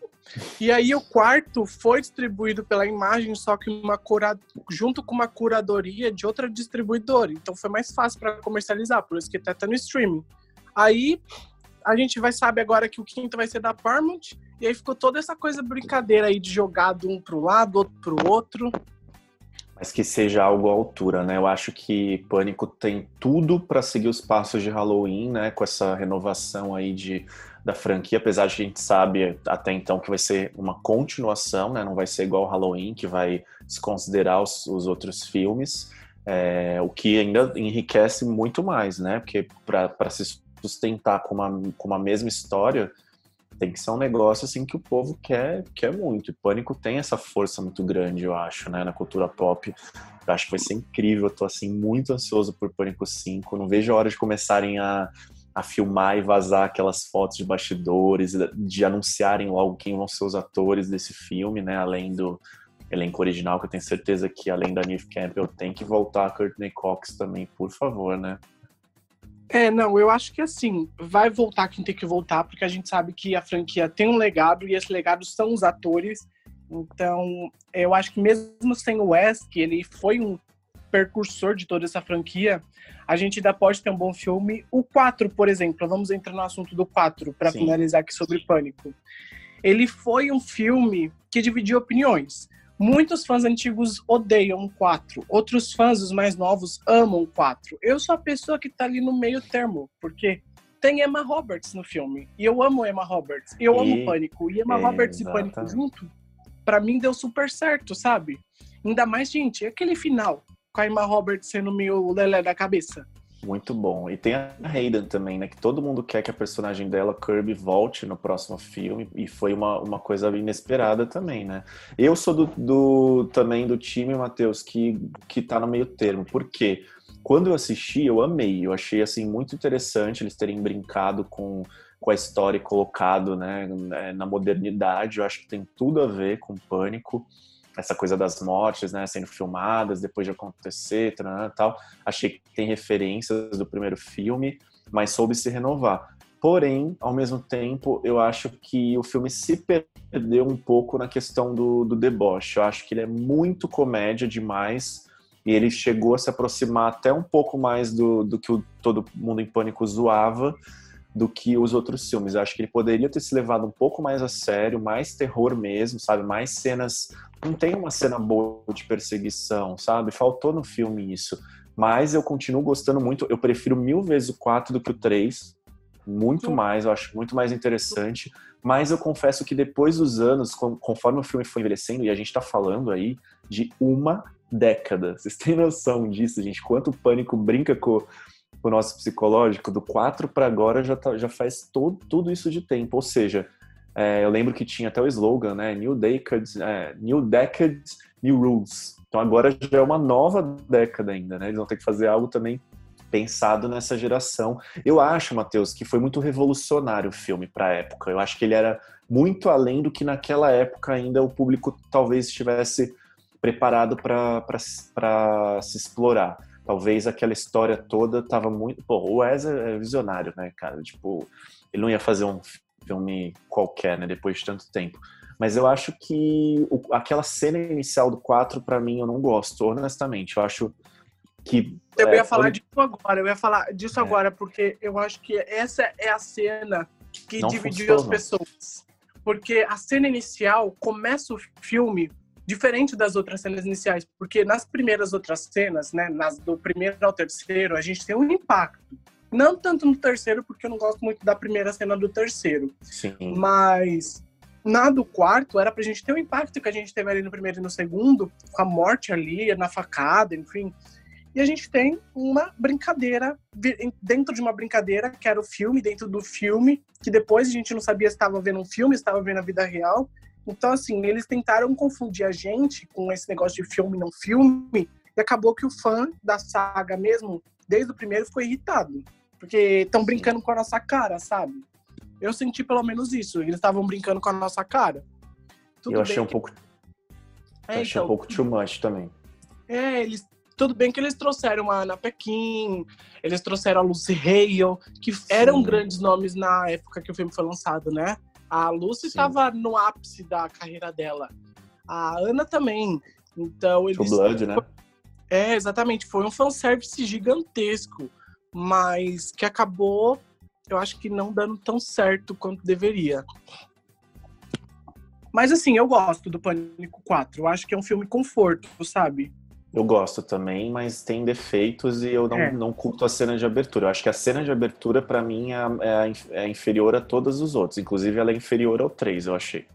E aí o quarto foi distribuído pela Imagem, só que junto com uma curadoria de outra distribuidora. Então foi mais fácil para comercializar, por isso que tá no streaming. Aí a gente sabe agora que o quinto vai ser da Paramount, e aí ficou toda essa coisa brincadeira aí de jogar de um pro lado, outro pro outro. Mas que seja algo à altura, né? Eu acho que Pânico tem tudo para seguir os passos de Halloween, né? Com essa renovação aí da franquia, apesar de a gente sabe até então que vai ser uma continuação, né? Não vai ser igual ao Halloween, que vai desconsiderar os outros filmes, o que ainda enriquece muito mais, né? Porque para se sustentar com uma mesma história, tem que ser um negócio assim que o povo quer muito. E Pânico tem essa força muito grande, eu acho, né, na cultura pop. Eu acho que vai ser incrível. Eu tô assim muito ansioso por Pânico 5. Não vejo a hora de começarem a filmar e vazar aquelas fotos de bastidores, de anunciarem logo quem vão ser os atores desse filme, né, além do elenco original, que eu tenho certeza que além da Neve Campbell tem que voltar a Courtney Cox também, por favor, né? Não, eu acho que assim, vai voltar quem tem que voltar, porque a gente sabe que a franquia tem um legado, e esse legado são os atores. Então, eu acho que mesmo sem o Wes, que ele foi um precursor de toda essa franquia, a gente ainda pode ter um bom filme. O 4, por exemplo, vamos entrar no assunto do 4, para finalizar aqui sobre Pânico. Ele foi um filme que dividiu opiniões. Muitos fãs antigos odeiam o 4. Outros fãs, os mais novos, amam o 4. Eu sou a pessoa que tá ali no meio termo, porque tem Emma Roberts no filme. E eu amo Emma Roberts. E eu amo Pânico. E Emma Roberts e Pânico junto, pra mim deu super certo, sabe? Ainda mais, gente, aquele final, com a Emma Roberts sendo meio lelé da cabeça. Muito bom. E tem a Hayden também, né? Que todo mundo quer que a personagem dela, Kirby, volte no próximo filme. E foi uma coisa inesperada também, né? Eu sou também do time, Matheus, que tá no meio termo. Por quê? Quando eu assisti, eu amei. Eu achei, assim, muito interessante eles terem brincado com a história e colocado, né, na modernidade. Eu acho que tem tudo a ver com Pânico. Essa coisa das mortes, né, sendo filmadas depois de acontecer, tal. Achei que tem referências do primeiro filme, mas soube se renovar. Porém, ao mesmo tempo, eu acho que o filme se perdeu um pouco na questão do deboche. Eu acho que ele é muito comédia demais e ele chegou a se aproximar até um pouco mais do que Todo Mundo em Pânico zoava, do que os outros filmes. Eu acho que ele poderia ter se levado um pouco mais a sério, mais terror mesmo, sabe? Mais cenas... Não tem uma cena boa de perseguição, sabe? Faltou no filme isso. Mas eu continuo gostando muito. Eu prefiro 1000 vezes o 4 do que o 3. Muito mais, eu acho muito mais interessante. Mas eu confesso que depois dos anos, conforme o filme foi envelhecendo, e a gente tá falando aí de uma década. Vocês têm noção disso, gente? Quanto o Pânico brinca com o nosso psicológico? Do 4 para agora já faz tudo isso de tempo. Ou seja, eu lembro que tinha até o slogan, né? New Decade, New Rules. Então agora já é uma nova década ainda, né? Eles vão ter que fazer algo também pensado nessa geração. Eu acho, Matheus, que foi muito revolucionário o filme para a época. Eu acho que ele era muito além do que naquela época ainda o público talvez estivesse preparado para se explorar. Talvez aquela história toda tava muito... Pô, o Wes é visionário, né, cara? Tipo, ele não ia fazer um filme qualquer, né, depois de tanto tempo. Mas eu acho que aquela cena inicial do 4, pra mim, eu não gosto, honestamente. Eu acho que... Eu ia falar disso agora, porque eu acho que essa é a cena que não dividiu funciona. As pessoas. Porque a cena inicial começa o filme diferente das outras cenas iniciais, porque nas primeiras outras cenas, né, do primeiro ao terceiro, a gente tem um impacto. Não tanto no terceiro, porque eu não gosto muito da primeira cena do terceiro. Sim. Mas na do quarto, era pra gente ter o impacto que a gente teve ali no primeiro e no segundo, com a morte ali, na facada, enfim. E a gente tem uma brincadeira, dentro de uma brincadeira, que era o filme, dentro do filme, que depois a gente não sabia se estava vendo um filme, se estava vendo a vida real. Então, assim, eles tentaram confundir a gente com esse negócio de filme não filme, e acabou que o fã da saga mesmo, desde o primeiro, ficou irritado. Porque estão brincando com a nossa cara, sabe? Eu senti pelo menos isso, eles estavam brincando com a nossa cara. Eu achei um pouco... achei um pouco too much também. Tudo bem que eles trouxeram a Anna Paquin, eles trouxeram a Lucy Hale, que eram grandes nomes na época que o filme foi lançado, né? A Lucy estava no ápice da carreira dela. A Ana também. Então, eles... O Blood, né? Exatamente. Foi um fanservice gigantesco, mas que acabou, eu acho que não dando tão certo quanto deveria. Mas, assim, eu gosto do Pânico 4. Eu acho que é um filme conforto, sabe? Eu gosto também, mas tem defeitos e eu não curto a cena de abertura. Eu acho que a cena de abertura, pra mim, é inferior a todos os outros. Inclusive, ela é inferior ao 3, eu achei.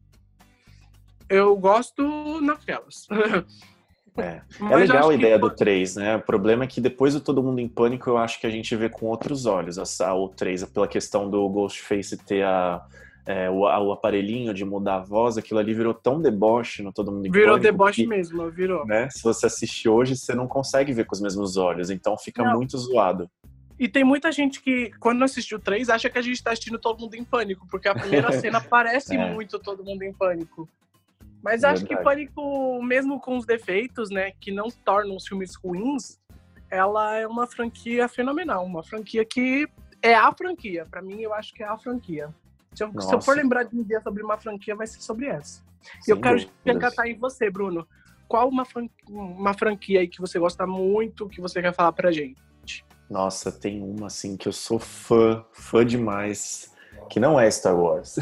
Eu gosto naquelas. É legal a ideia do 3, né? O problema é que depois do Todo Mundo em Pânico, eu acho que a gente vê com outros olhos o 3, pela questão do Ghostface ter o aparelhinho de mudar a voz, aquilo ali virou tão deboche no Todo Mundo em Pânico. Virou deboche mesmo, virou. Né? Se você assistir hoje, você não consegue ver com os mesmos olhos, então fica muito zoado. E tem muita gente que, quando assistiu o 3, acha que a gente tá assistindo Todo Mundo em Pânico, porque a primeira cena parece muito Todo Mundo em Pânico. Mas acho que Pânico, mesmo com os defeitos, né, que não tornam os filmes ruins, ela é uma franquia fenomenal, uma franquia que é a franquia. Pra mim, eu acho que é a franquia. Se eu for lembrar de um dia sobre uma franquia, vai ser sobre essa. E eu quero encatar em você, Bruno. Qual uma franquia aí que você gosta muito, que você quer falar pra gente? Nossa, tem uma, assim, que eu sou fã demais, que não é Star Wars.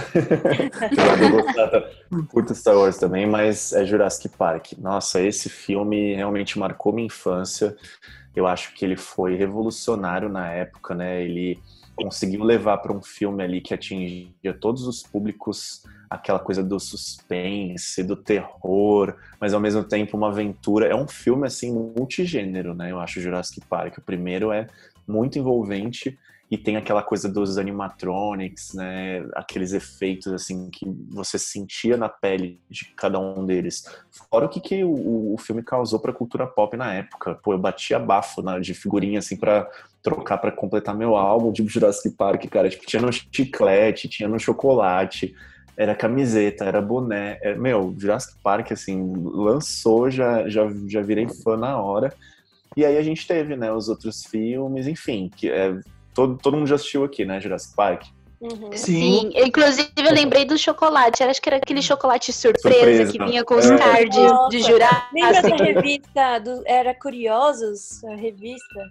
Eu curto Star Wars também, mas é Jurassic Park. Nossa, esse filme realmente marcou minha infância. Eu acho que ele foi revolucionário na época, né? Ele conseguiu levar para um filme ali que atingia todos os públicos, aquela coisa do suspense, do terror, mas ao mesmo tempo uma aventura. É um filme, assim, multigênero, né? Eu acho Jurassic Park. O primeiro é muito envolvente e tem aquela coisa dos animatronics, né? Aqueles efeitos, assim, que você sentia na pele de cada um deles. Fora o que o filme causou pra cultura pop na época. Pô, eu batia bafo de figurinha, assim, pra trocar pra completar meu álbum de Jurassic Park, cara. Tipo, tinha no chiclete, tinha no chocolate, era camiseta, era boné. Jurassic Park, assim, lançou, já virei fã na hora. E aí a gente teve, né, os outros filmes, enfim, que todo mundo já assistiu aqui, né, Jurassic Park? Sim, inclusive eu lembrei do chocolate. Acho que era aquele chocolate surpresa. Que vinha com os cards de Jurássico. Lembra da revista Era Curiosos? A revista?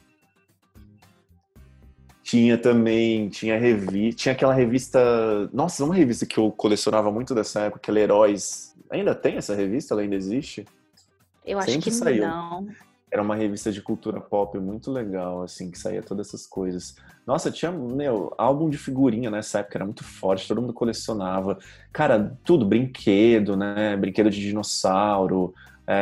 Tinha também, tinha aquela revista. Nossa, uma revista que eu colecionava muito dessa época, aquela Heróis. Ainda tem essa revista? Ela ainda existe? Eu acho que saiu. Não. Era uma revista de cultura pop muito legal, assim, que saía todas essas coisas. Nossa, tinha, álbum de figurinha nessa época, era muito forte, todo mundo colecionava. Cara, tudo, brinquedo, né? Brinquedo de dinossauro,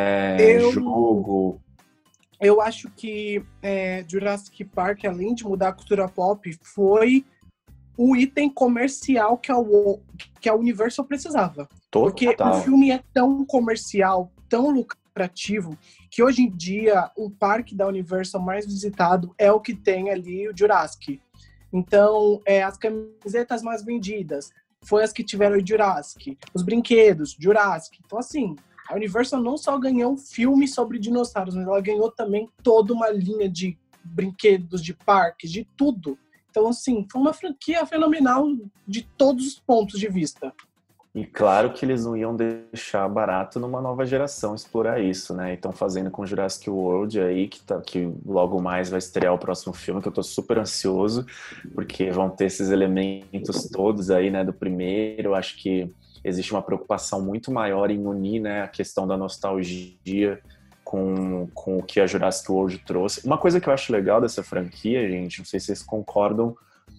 jogo. Eu acho que Jurassic Park, além de mudar a cultura pop, foi o item comercial que a Universal precisava. Total. Porque o filme é tão comercial, tão lucrativo, que hoje em dia o parque da Universal mais visitado é o que tem ali o Jurassic. Então, as camisetas mais vendidas foi as que tiveram o Jurassic. Os brinquedos, Jurassic. Então, assim, a Universal não só ganhou um filme sobre dinossauros, mas ela ganhou também toda uma linha de brinquedos, de parques, de tudo. Então, assim, foi uma franquia fenomenal de todos os pontos de vista. E claro que eles não iam deixar barato numa nova geração explorar isso, né? E estão fazendo com Jurassic World aí, que logo mais vai estrear o próximo filme, que eu tô super ansioso, porque vão ter esses elementos todos aí, né, do primeiro. Eu acho que existe uma preocupação muito maior em unir, né, a questão da nostalgia com o que a Jurassic World trouxe. Uma coisa que eu acho legal dessa franquia, gente, não sei se vocês concordam,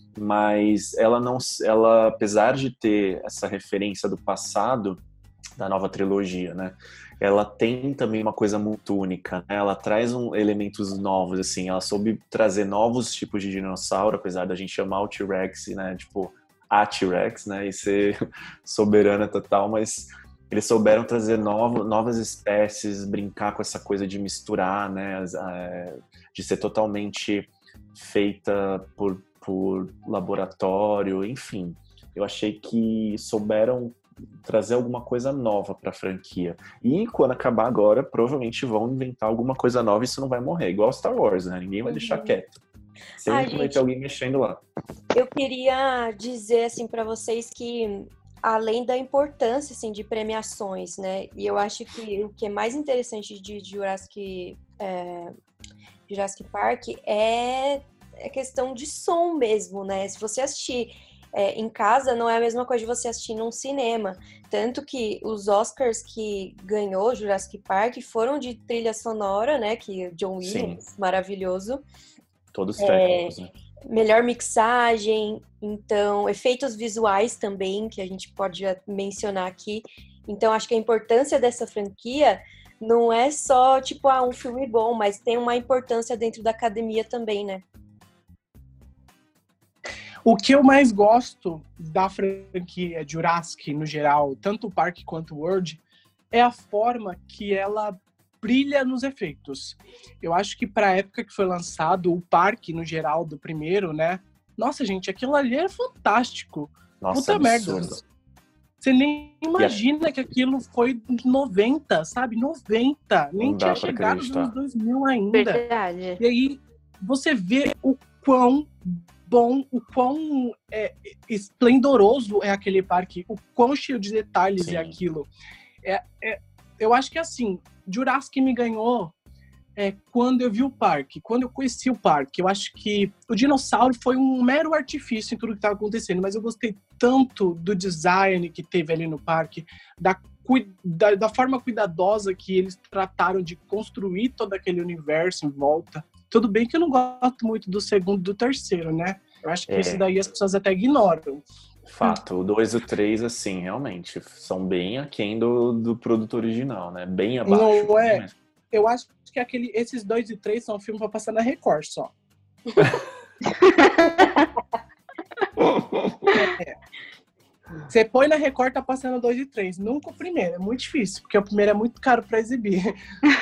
mas ela, apesar de ter essa referência do passado, da nova trilogia, né, ela tem também uma coisa muito única, né? Ela traz elementos novos, assim, ela soube trazer novos tipos de dinossauro, apesar da gente chamar o T-Rex, né, tipo, a T-Rex, né, e ser soberana total, mas eles souberam trazer novas espécies, brincar com essa coisa de misturar, né, de ser totalmente feita por laboratório, enfim. Eu achei que souberam trazer alguma coisa nova para a franquia. E quando acabar agora, provavelmente vão inventar alguma coisa nova e isso não vai morrer. Igual Star Wars, né? Ninguém vai deixar quieto. Sempre vai ter alguém mexendo lá. Eu queria dizer, assim, para vocês que, além da importância, assim, de premiações, né? E eu acho que o que é mais interessante de Jurassic Park é questão de som mesmo, né? Se você assistir em casa, não é a mesma coisa de você assistir num cinema. Tanto que os Oscars que ganhou Jurassic Park foram de trilha sonora, né? Que John Williams, sim, maravilhoso. Todos técnicos, né? Melhor mixagem, então, efeitos visuais também, que a gente pode mencionar aqui. Então, acho que a importância dessa franquia não é só, tipo, um filme bom, mas tem uma importância dentro da academia também, né? O que eu mais gosto da franquia Jurassic, no geral, tanto o parque quanto o World, é a forma que ela brilha nos efeitos. Eu acho que para a época que foi lançado, o parque, no geral, do primeiro, né? Nossa, gente, aquilo ali é fantástico. Nossa, puta merda. Você nem imagina que aquilo foi 90, sabe? 90. Nem tinha chegado nos anos 2000 ainda. Verdade. E aí, você vê o quão bom, o quão esplendoroso é aquele parque, o quão cheio de detalhes é aquilo. Eu acho que, assim, Jurassic me ganhou quando eu vi o parque, quando eu conheci o parque. Eu acho que o dinossauro foi um mero artifício em tudo que estava acontecendo, mas eu gostei tanto do design que teve ali no parque, da forma cuidadosa que eles trataram de construir todo aquele universo em volta. Tudo bem que eu não gosto muito do segundo e do terceiro, né? Eu acho que esse daí as pessoas até ignoram. Fato, o 2 e o 3, assim, realmente, são bem aquém do produto original, né? Bem abaixo. Não é? Eu acho que esses 2 e 3 são filmes pra passar na Record só. Você põe na Record, tá passando 2 e 3. Nunca o primeiro, é muito difícil, porque o primeiro é muito caro pra exibir.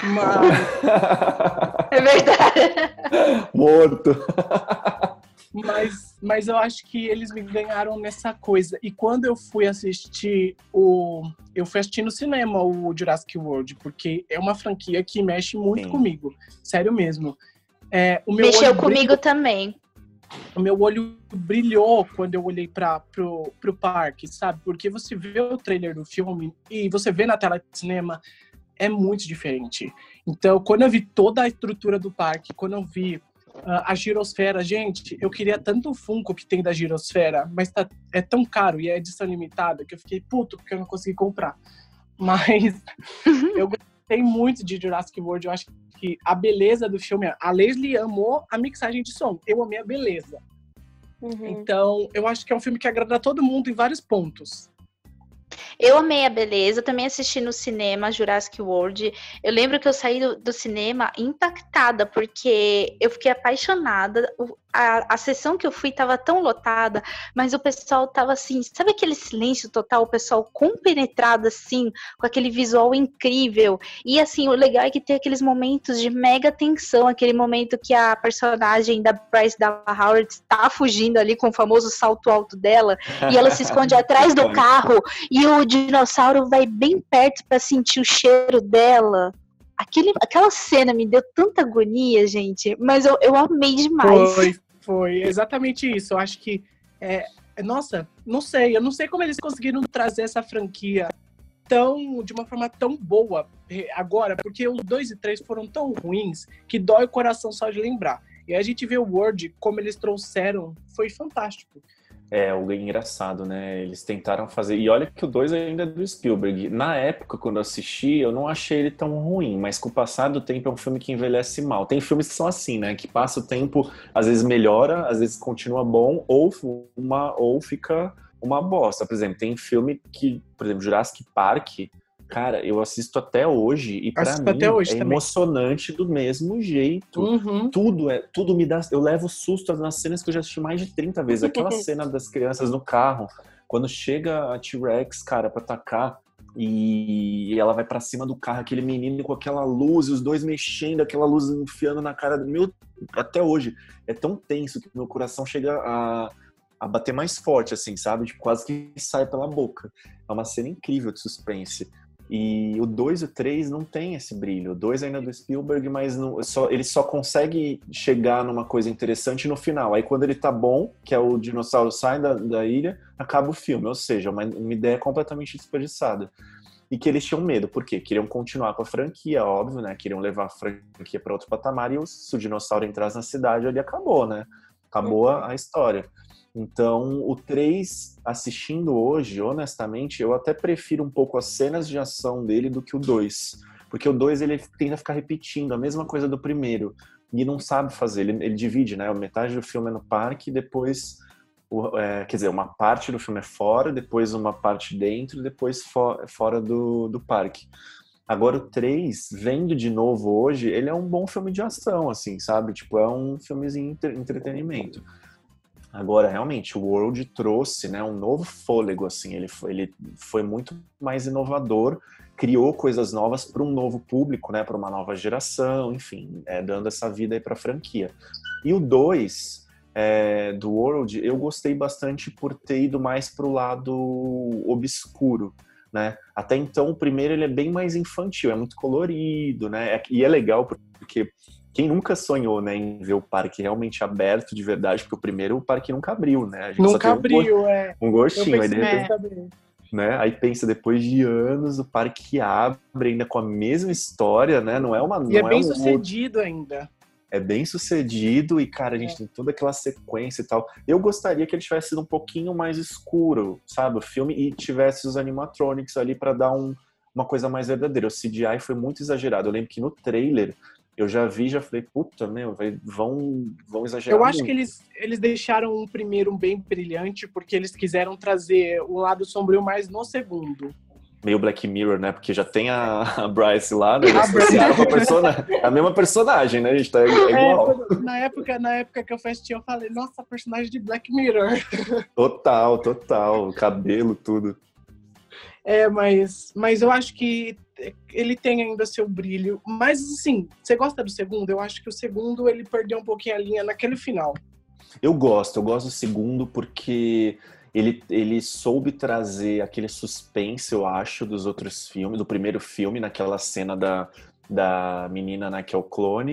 É verdade. Morto. Mas eu acho que eles me ganharam nessa coisa. E quando eu fui assistir eu fui assistir no cinema o Jurassic World, porque é uma franquia que mexe muito comigo. Sério mesmo. Mexeu comigo também. o meu olho brilhou quando eu olhei pro parque, sabe? Porque você vê o trailer do filme e você vê na tela de cinema, é muito diferente. Então, quando eu vi toda a estrutura do parque, quando eu vi a girosfera, gente, eu queria tanto o Funko que tem da girosfera, mas é tão caro e é edição limitada que eu fiquei puto porque eu não consegui comprar. Mas eu gostei muito de Jurassic World, eu acho que a beleza do filme, a Leslie amou a mixagem de som, eu amei a beleza. Então, eu acho que é um filme que agrada a todo mundo em vários pontos. Eu amei a beleza, também assisti no cinema Jurassic World. Eu lembro que eu saí do cinema impactada, porque eu fiquei apaixonada. A sessão que eu fui estava tão lotada, mas o pessoal tava assim, sabe aquele silêncio total, o pessoal compenetrado assim, com aquele visual incrível. E assim, o legal é que tem aqueles momentos de mega tensão, aquele momento que a personagem da Bryce Dallas Howard está fugindo ali com o famoso salto alto dela, e ela se esconde atrás do carro, e o dinossauro vai bem perto para sentir o cheiro dela. Aquela cena me deu tanta agonia, gente, mas eu amei demais. Foi exatamente isso. Eu acho que, nossa, não sei. Eu não sei como eles conseguiram trazer essa franquia de uma forma tão boa agora, porque os 2 e 3 foram tão ruins que dói o coração só de lembrar. E a gente vê o World, como eles trouxeram, foi fantástico. É, o engraçado, né? Eles tentaram fazer... E olha que o 2 ainda é do Spielberg. Na época, quando eu assisti, eu não achei ele tão ruim, mas com o passar do tempo é um filme que envelhece mal. Tem filmes que são assim, né? Que passa o tempo, às vezes melhora, às vezes continua bom, ou fica uma bosta. Por exemplo, tem filme que... Por exemplo, Jurassic Park... Cara, eu assisto até hoje e pra mim é emocionante do mesmo jeito. Tudo me dá... Eu levo susto nas cenas que eu já assisti mais de 30 vezes. Aquela cena das crianças no carro, quando chega a T-Rex, cara, pra atacar e ela vai pra cima do carro, aquele menino com aquela luz, os dois mexendo, aquela luz enfiando na cara do meu... Até hoje, é tão tenso que meu coração chega a bater mais forte, assim, sabe? Tipo, quase que sai pela boca. É uma cena incrível de suspense. E o 2 e o 3 não tem esse brilho. O 2 ainda é do Spielberg, mas ele só consegue chegar numa coisa interessante no final. Aí quando ele tá bom, que é o dinossauro sai da ilha, acaba o filme. Ou seja, uma ideia completamente desperdiçada. E que eles tinham medo. Por quê? Queriam continuar com a franquia, óbvio, né? Queriam levar a franquia para outro patamar. E se o dinossauro entrasse na cidade, ali acabou, né? Acabou a história. Então, o 3, assistindo hoje, honestamente, eu até prefiro um pouco as cenas de ação dele do que o 2. Porque o 2, ele tenta ficar repetindo a mesma coisa do primeiro. E não sabe fazer, ele divide, né? Metade do filme é no parque, depois... quer dizer, uma parte do filme é fora, depois uma parte dentro, depois fora do parque. Agora, o 3, vendo de novo hoje, ele é um bom filme de ação, assim, sabe? Tipo, é um filmezinho de entretenimento. Agora, realmente, o World trouxe, né, um novo fôlego, assim, ele foi muito mais inovador, criou coisas novas para um novo público, né, para uma nova geração, enfim, dando essa vida aí para a franquia. E o 2, do World, eu gostei bastante por ter ido mais para o lado obscuro, né? Até então, o primeiro ele é bem mais infantil, é muito colorido, né? E é legal porque quem nunca sonhou, né, em ver o parque realmente aberto de verdade, porque o primeiro o parque nunca abriu, né? A gente nunca abriu, um gostinho, aí de repente, né? Aí pensa, depois de anos, o parque abre ainda com a mesma história, né? Não é uma... E é bem sucedido ainda. É bem sucedido e, cara, a gente tem toda aquela sequência e tal. Eu gostaria que ele tivesse sido um pouquinho mais escuro, sabe, o filme, e tivesse os animatronics ali pra dar uma coisa mais verdadeira. O CGI foi muito exagerado. Eu lembro que no trailer eu já falei, puta, meu, vão exagerar Eu acho muito. que eles deixaram um primeiro bem brilhante porque eles quiseram trazer o lado sombrio mais no segundo. Meio Black Mirror, né? Porque já tem a Bryce lá, né? Eles associaram a mesma personagem, né? A gente tá igual. Na época que eu fui assistir, eu falei, nossa, personagem de Black Mirror. Total. Cabelo, tudo. Mas eu acho que ele tem ainda seu brilho. Mas, assim, você gosta do segundo? Eu acho que o segundo, ele perdeu um pouquinho a linha naquele final. Eu gosto do segundo porque ele soube trazer aquele suspense, eu acho, dos outros filmes, do primeiro filme, naquela cena da menina, né, que é o clone.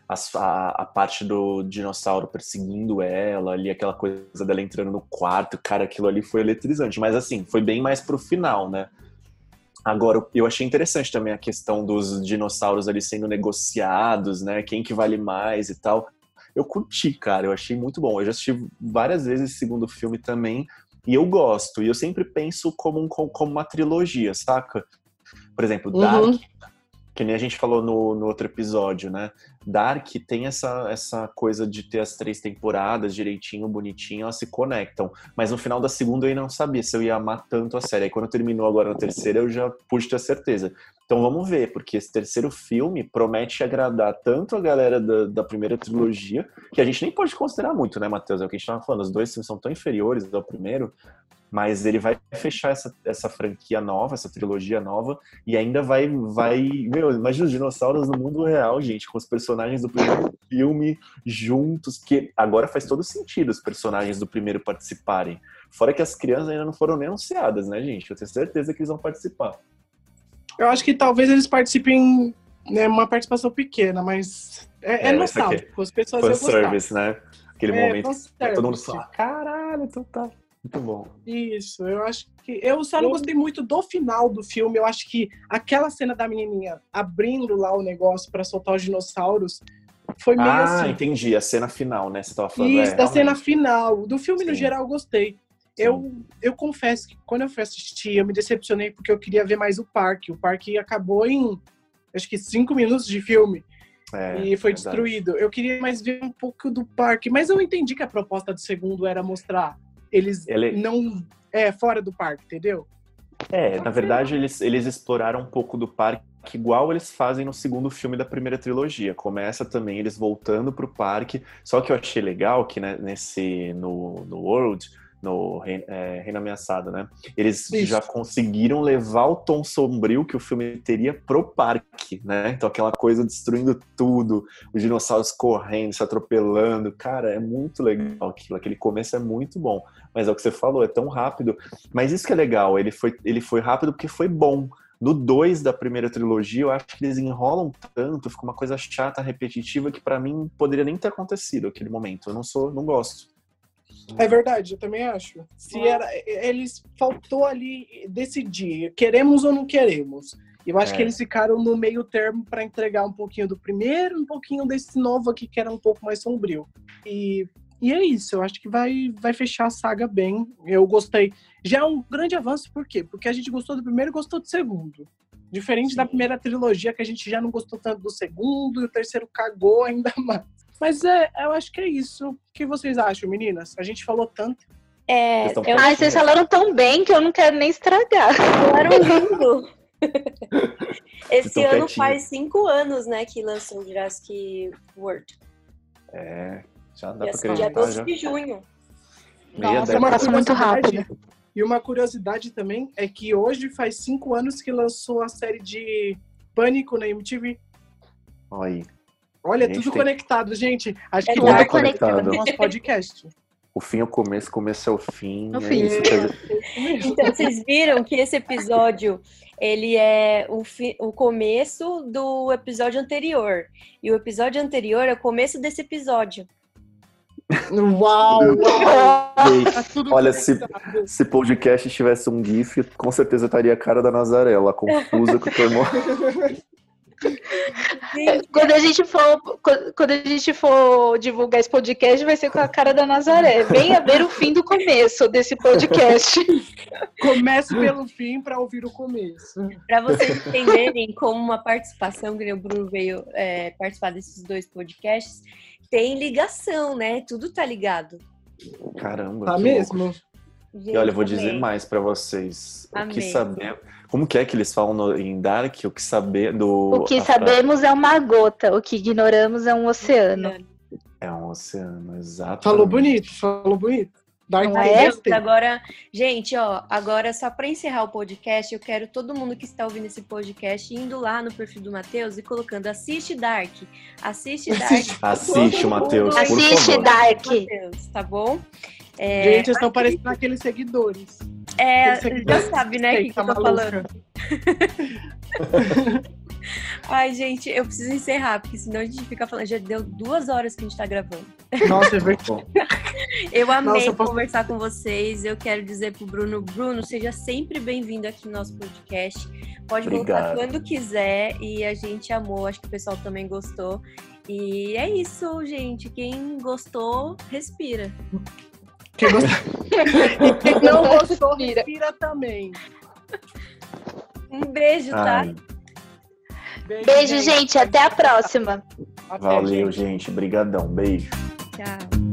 a parte do dinossauro perseguindo ela, ali aquela coisa dela entrando no quarto, cara, aquilo ali foi eletrizante. Mas assim, foi bem mais pro final, né? Agora, eu achei interessante também a questão dos dinossauros ali sendo negociados, né? Quem que vale mais e tal. Eu curti, cara, eu achei muito bom. Eu já assisti várias vezes esse segundo filme também, e eu gosto. E eu sempre penso como uma trilogia, saca? Por exemplo, Dark, que nem a gente falou no outro episódio, né? Dark tem essa coisa de ter as 3 temporadas direitinho, bonitinho, elas se conectam. Mas no final da segunda eu ainda não sabia se eu ia amar tanto a série. Aí quando terminou agora na terceira, eu já pude ter certeza. Então vamos ver, porque esse terceiro filme promete agradar tanto a galera da primeira trilogia, que a gente nem pode considerar muito, né, Matheus? É o que a gente tava falando, os 2 filmes são tão inferiores ao primeiro, mas ele vai fechar essa franquia nova, essa trilogia nova, e ainda vai... Meu, imagina os dinossauros no mundo real, gente, com os personagens do primeiro filme juntos, que agora faz todo sentido os personagens do primeiro participarem. Fora que as crianças ainda não foram nem anunciadas, né, gente? Eu tenho certeza que eles vão participar. Eu acho que talvez eles participem, né, uma participação pequena, mas é nostálgico. As pessoas vão gostar. Service, né? Aquele momento que todo mundo fala, caralho, então tá... Muito bom. Isso, eu acho que... Eu só não gostei muito do final do filme. Eu acho que aquela cena da menininha abrindo lá o negócio pra soltar os dinossauros foi meio assim. Ah, entendi. A cena final, né? Você tava falando. Isso, da cena final. Do filme, no geral, eu gostei. Eu confesso que quando eu fui assistir, eu me decepcionei porque eu queria ver mais o parque. O parque acabou em, acho que 5 minutos de filme. E foi destruído. Eu queria mais ver um pouco do parque. Mas eu entendi que a proposta do segundo era mostrar não fora do parque, entendeu? Na verdade, eles exploraram um pouco do parque, igual eles fazem no segundo filme da primeira trilogia. Começa também eles voltando pro parque. Só que eu achei legal que, né, no World, no Reino Ameaçado, né? Eles já conseguiram levar o tom sombrio que o filme teria pro parque, né? Então aquela coisa destruindo tudo, os dinossauros correndo, se atropelando. Cara, é muito legal aquilo. Aquele começo é muito bom. Mas é o que você falou, é tão rápido. Mas isso que é legal, ele foi rápido porque foi bom. No 2 da primeira trilogia, eu acho que eles enrolam tanto, fica uma coisa chata, repetitiva, que pra mim poderia nem ter acontecido aquele momento. Eu não gosto. É verdade, eu também acho. Eles faltou ali decidir, queremos ou não queremos. Eu acho que eles ficaram no meio termo para entregar um pouquinho do primeiro, um pouquinho desse novo aqui que era um pouco mais sombrio. E é isso, eu acho que vai fechar a saga bem. Eu gostei. Já é um grande avanço, por quê? Porque a gente gostou do primeiro e gostou do segundo. Diferente da primeira trilogia, que a gente já não gostou tanto do segundo, e o terceiro cagou ainda mais. Mas eu acho que é isso. O que vocês acham, meninas? A gente falou tanto. Vocês falaram tão bem que eu não quero nem estragar. Falaram lindo. Esse ano faz 5 anos, né, que lançou o Jurassic World. Já dá pra acreditar. Dia 12 de junho. Nossa, passa muito rápido. E uma curiosidade também é que hoje faz 5 anos que lançou a série de Pânico na MTV. Olha, tudo conectado, gente. Acho que tudo conectado no nosso podcast. O fim é o começo, começo é o fim. Então, vocês viram que esse episódio, ele é o começo do episódio anterior. E o episódio anterior é o começo desse episódio. Uau! Tá olha, se podcast tivesse um GIF, com certeza estaria a cara da Nazaré, ela confusa com o teu irmão. Quando a gente for divulgar esse podcast, vai ser com a cara da Nazaré. Venha ver o fim do começo desse podcast. Comece pelo fim para ouvir o começo. Para vocês entenderem como uma participação, que o Bruno veio participar desses 2 podcasts, tem ligação, né? Tudo tá ligado. Caramba. Tá mesmo? Gente, e olha, eu vou dizer mais para vocês. O que saber... Como que eles falam em Dark? O que saber do... O que sabemos é uma gota, o que ignoramos é um oceano. É um oceano, exato. Falou bonito. Dark agora, gente, agora só para encerrar o podcast, eu quero todo mundo que está ouvindo esse podcast indo lá no perfil do Matheus e colocando assiste Dark. Assiste o Matheus. Assiste Dark. Matheus, tá bom? Gente, vocês estão parecendo aqueles seguidores. Já sabe, né, o que eu tô falando. Ai, gente, eu preciso encerrar, porque senão a gente fica falando. Já deu 2 horas que a gente tá gravando. Nossa, é verdade. Eu amei conversar com vocês. Eu quero dizer pro Bruno, seja sempre bem-vindo aqui no nosso podcast. Pode voltar quando quiser. E a gente amou, acho que o pessoal também gostou. E é isso, gente. Quem gostou, respira. Quem gostou... E quem não gostou, respira também. Um beijo, tá? Beijo, gente. Até a próxima. Valeu, gente. Brigadão. Beijo. Tchau.